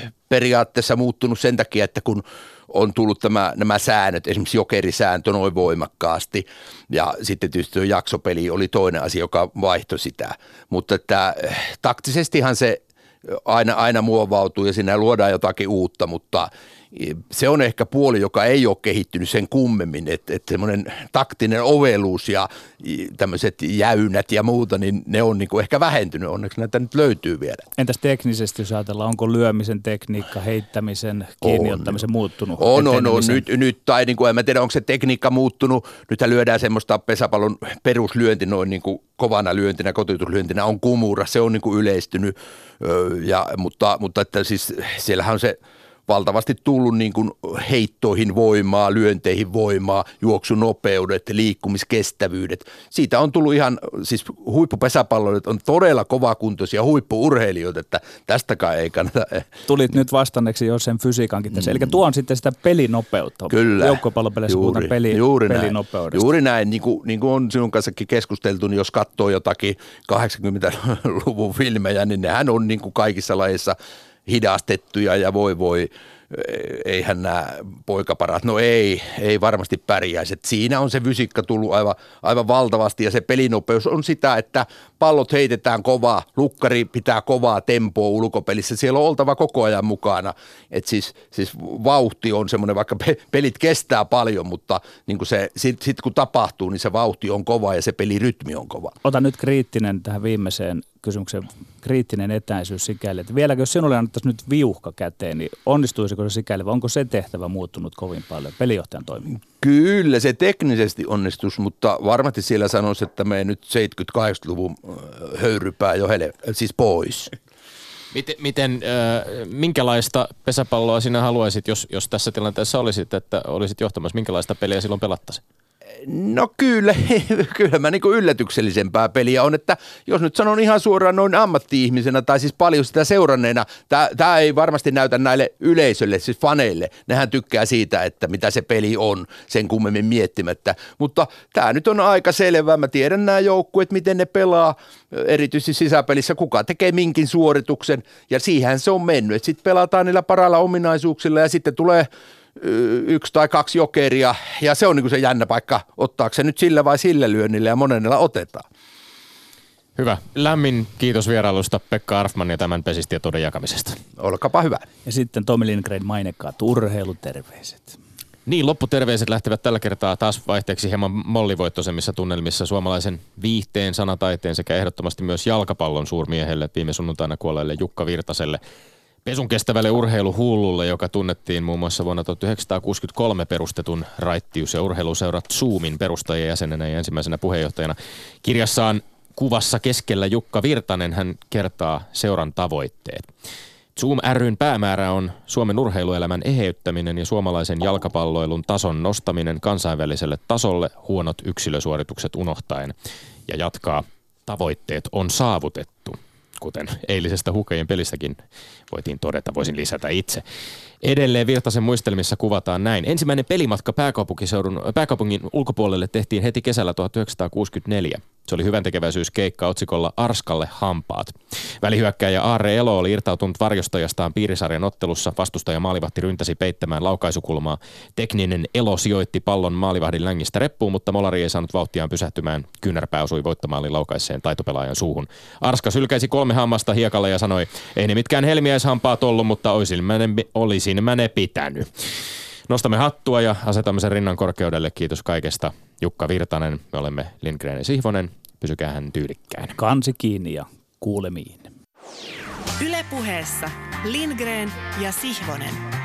periaatteessa muuttunut sen takia, että kun on tullut nämä säännöt, esimerkiksi jokerisääntö noin voimakkaasti ja sitten tietysti tuo jaksopeli oli toinen asia, joka vaihtoi sitä, mutta että taktisestihan se aina muovautuu ja siinä luodaan jotakin uutta, mutta se on ehkä puoli, joka ei ole kehittynyt sen kummemmin, että semmoinen taktinen oveluus ja tämmöiset jäynät ja muuta, niin ne on niinku ehkä vähentynyt, onneksi näitä nyt löytyy vielä. Entäs teknisesti, jos ajatellaan, onko lyömisen tekniikka, heittämisen, kiinniottamisen muuttunut? On. Nyt tai niinku, en mä tiedä, onko se tekniikka muuttunut. Nythän lyödään semmoista pesäpallon peruslyönti noin niinku kovana lyöntinä, kotiutuslyöntinä on kumura, se on niinku yleistynyt, mutta että siis siellähän on se valtavasti tullut niin kuin heittoihin voimaa, lyönteihin voimaa, juoksunopeudet, liikkumiskestävyydet. Siitä on tullut ihan, siis huippupesäpalloilijat on todella kovakuntoisia huippu-urheilijoita, että tästäkään ei kannata. Tulit nyt vastanneeksi jo sen fysiikankin tässä. Eli tuo on sitten sitä pelinopeutta. Kyllä. Joukkuepallopeleissä puhutaan pelinopeudesta. Juuri näin, niin kuin on sinun kanssakin keskusteltu, niin jos katsoo jotakin 80-luvun filmejä, niin nehän on niin kuin kaikissa lajeissa hidastettuja ja voi, eihän nämä poikaparat, no ei varmasti pärjäisi. Et siinä on se fysiikka tullut aivan valtavasti ja se pelinopeus on sitä, että pallot heitetään kovaa, lukkari pitää kovaa tempoa ulkopelissä, siellä on oltava koko ajan mukana. Et siis vauhti on semmoinen, vaikka pelit kestää paljon, mutta niin kun sit kun tapahtuu, niin se vauhti on kova ja se pelirytmi on kova. Ota nyt kriittinen tähän viimeiseen kysymykseen, kriittinen etäisyys sikäli, että vieläkö jos sinulle annettaisiin nyt viuhka käteen, niin onnistuisiko se sikäli vai onko se tehtävä muuttunut kovin paljon pelijohtajan toimintaan? Kyllä se teknisesti onnistus, mutta varmasti siellä sanoisi, että me nyt 70-80-luvun höyrypää jo siis pois. Minkälaista pesäpalloa sinä haluaisit, jos tässä tilanteessa olisit, että olisit johtamassa, minkälaista peliä silloin pelattaisiin? No kyllä mä niin kuin yllätyksellisempää peliä on, että jos nyt sanon ihan suoraan noin ammatti-ihmisenä tai siis paljon sitä seuranneena, tämä ei varmasti näytä näille yleisölle, siis faneille, nehän tykkää siitä, että mitä se peli on, sen kummemmin miettimättä, mutta tämä nyt on aika selvää, mä tiedän nämä joukkueet, miten ne pelaa, erityisesti sisäpelissä, kuka tekee minkin suorituksen ja siihen se on mennyt, että sitten pelataan niillä parhailla ominaisuuksilla ja sitten tulee 1 tai 2 jokeria ja se on niin kuin se jännä paikka, ottaako se nyt sillä vai sillä lyönnillä ja monella otetaan. Hyvä. Lämmin kiitos vierailusta Pekka Arfman ja tämän pesistietouden jakamisesta. Olkapa hyvä. Ja sitten Tomi Lindgren mainekkaat urheiluterveiset. Niin, lopputerveiset lähtevät tällä kertaa taas vaihteeksi hieman mollivoittoisemmissa tunnelmissa suomalaisen viihteen, sanataiteen sekä ehdottomasti myös jalkapallon suurmiehelle viime sunnuntaina kuolleelle Jukka Virtaselle. Pesun kestävälle urheiluhullulle, joka tunnettiin muun muassa vuonna 1963 perustetun raittius- ja urheiluseura Zoomin perustajajäsenenä ja ensimmäisenä puheenjohtajana. Kirjassaan Kuvassa keskellä Jukka Virtanen hän kertaa seuran tavoitteet. Zoom ry:n päämäärä on Suomen urheiluelämän eheyttäminen ja suomalaisen jalkapalloilun tason nostaminen kansainväliselle tasolle huonot yksilösuoritukset unohtaen. Ja jatkaa, tavoitteet on saavutettu. Kuten eilisestä Hukajien pelistäkin voitiin todeta, voisin lisätä itse. Edelleen Virtasen muistelmissa kuvataan näin. Ensimmäinen pelimatka pääkaupungin ulkopuolelle tehtiin heti kesällä 1964. Se oli hyväntekeväisyyskeikka otsikolla Arskalle hampaat. Välihyökkääjä Aarre Elo oli irtautunut varjostajastaan piirisarjan ottelussa. Vastustaja maalivahti ryntäsi peittämään laukaisukulmaa. Tekninen Elo sijoitti pallon maalivahdin längistä reppuun, mutta molari ei saanut vauhtiaan pysähtymään. Kyynärpää osui voittomaalin laukaisseen taitopelaajan suuhun. Arska sylkäisi 3 hammasta hiekalle ja sanoi, ei ne mitkään helmiäishampaat ollut, mutta olisin mä ne pitänyt. Nostamme hattua ja asetamme sen rinnan korkeudelle. Kiitos kaikesta. Jukka Virtanen, me olemme Lindgren ja Sihvonen. Pysykää hän tyylikkään. Kansi kiinni ja kuulemiin. Yle Puheessa Lindgren ja Sihvonen.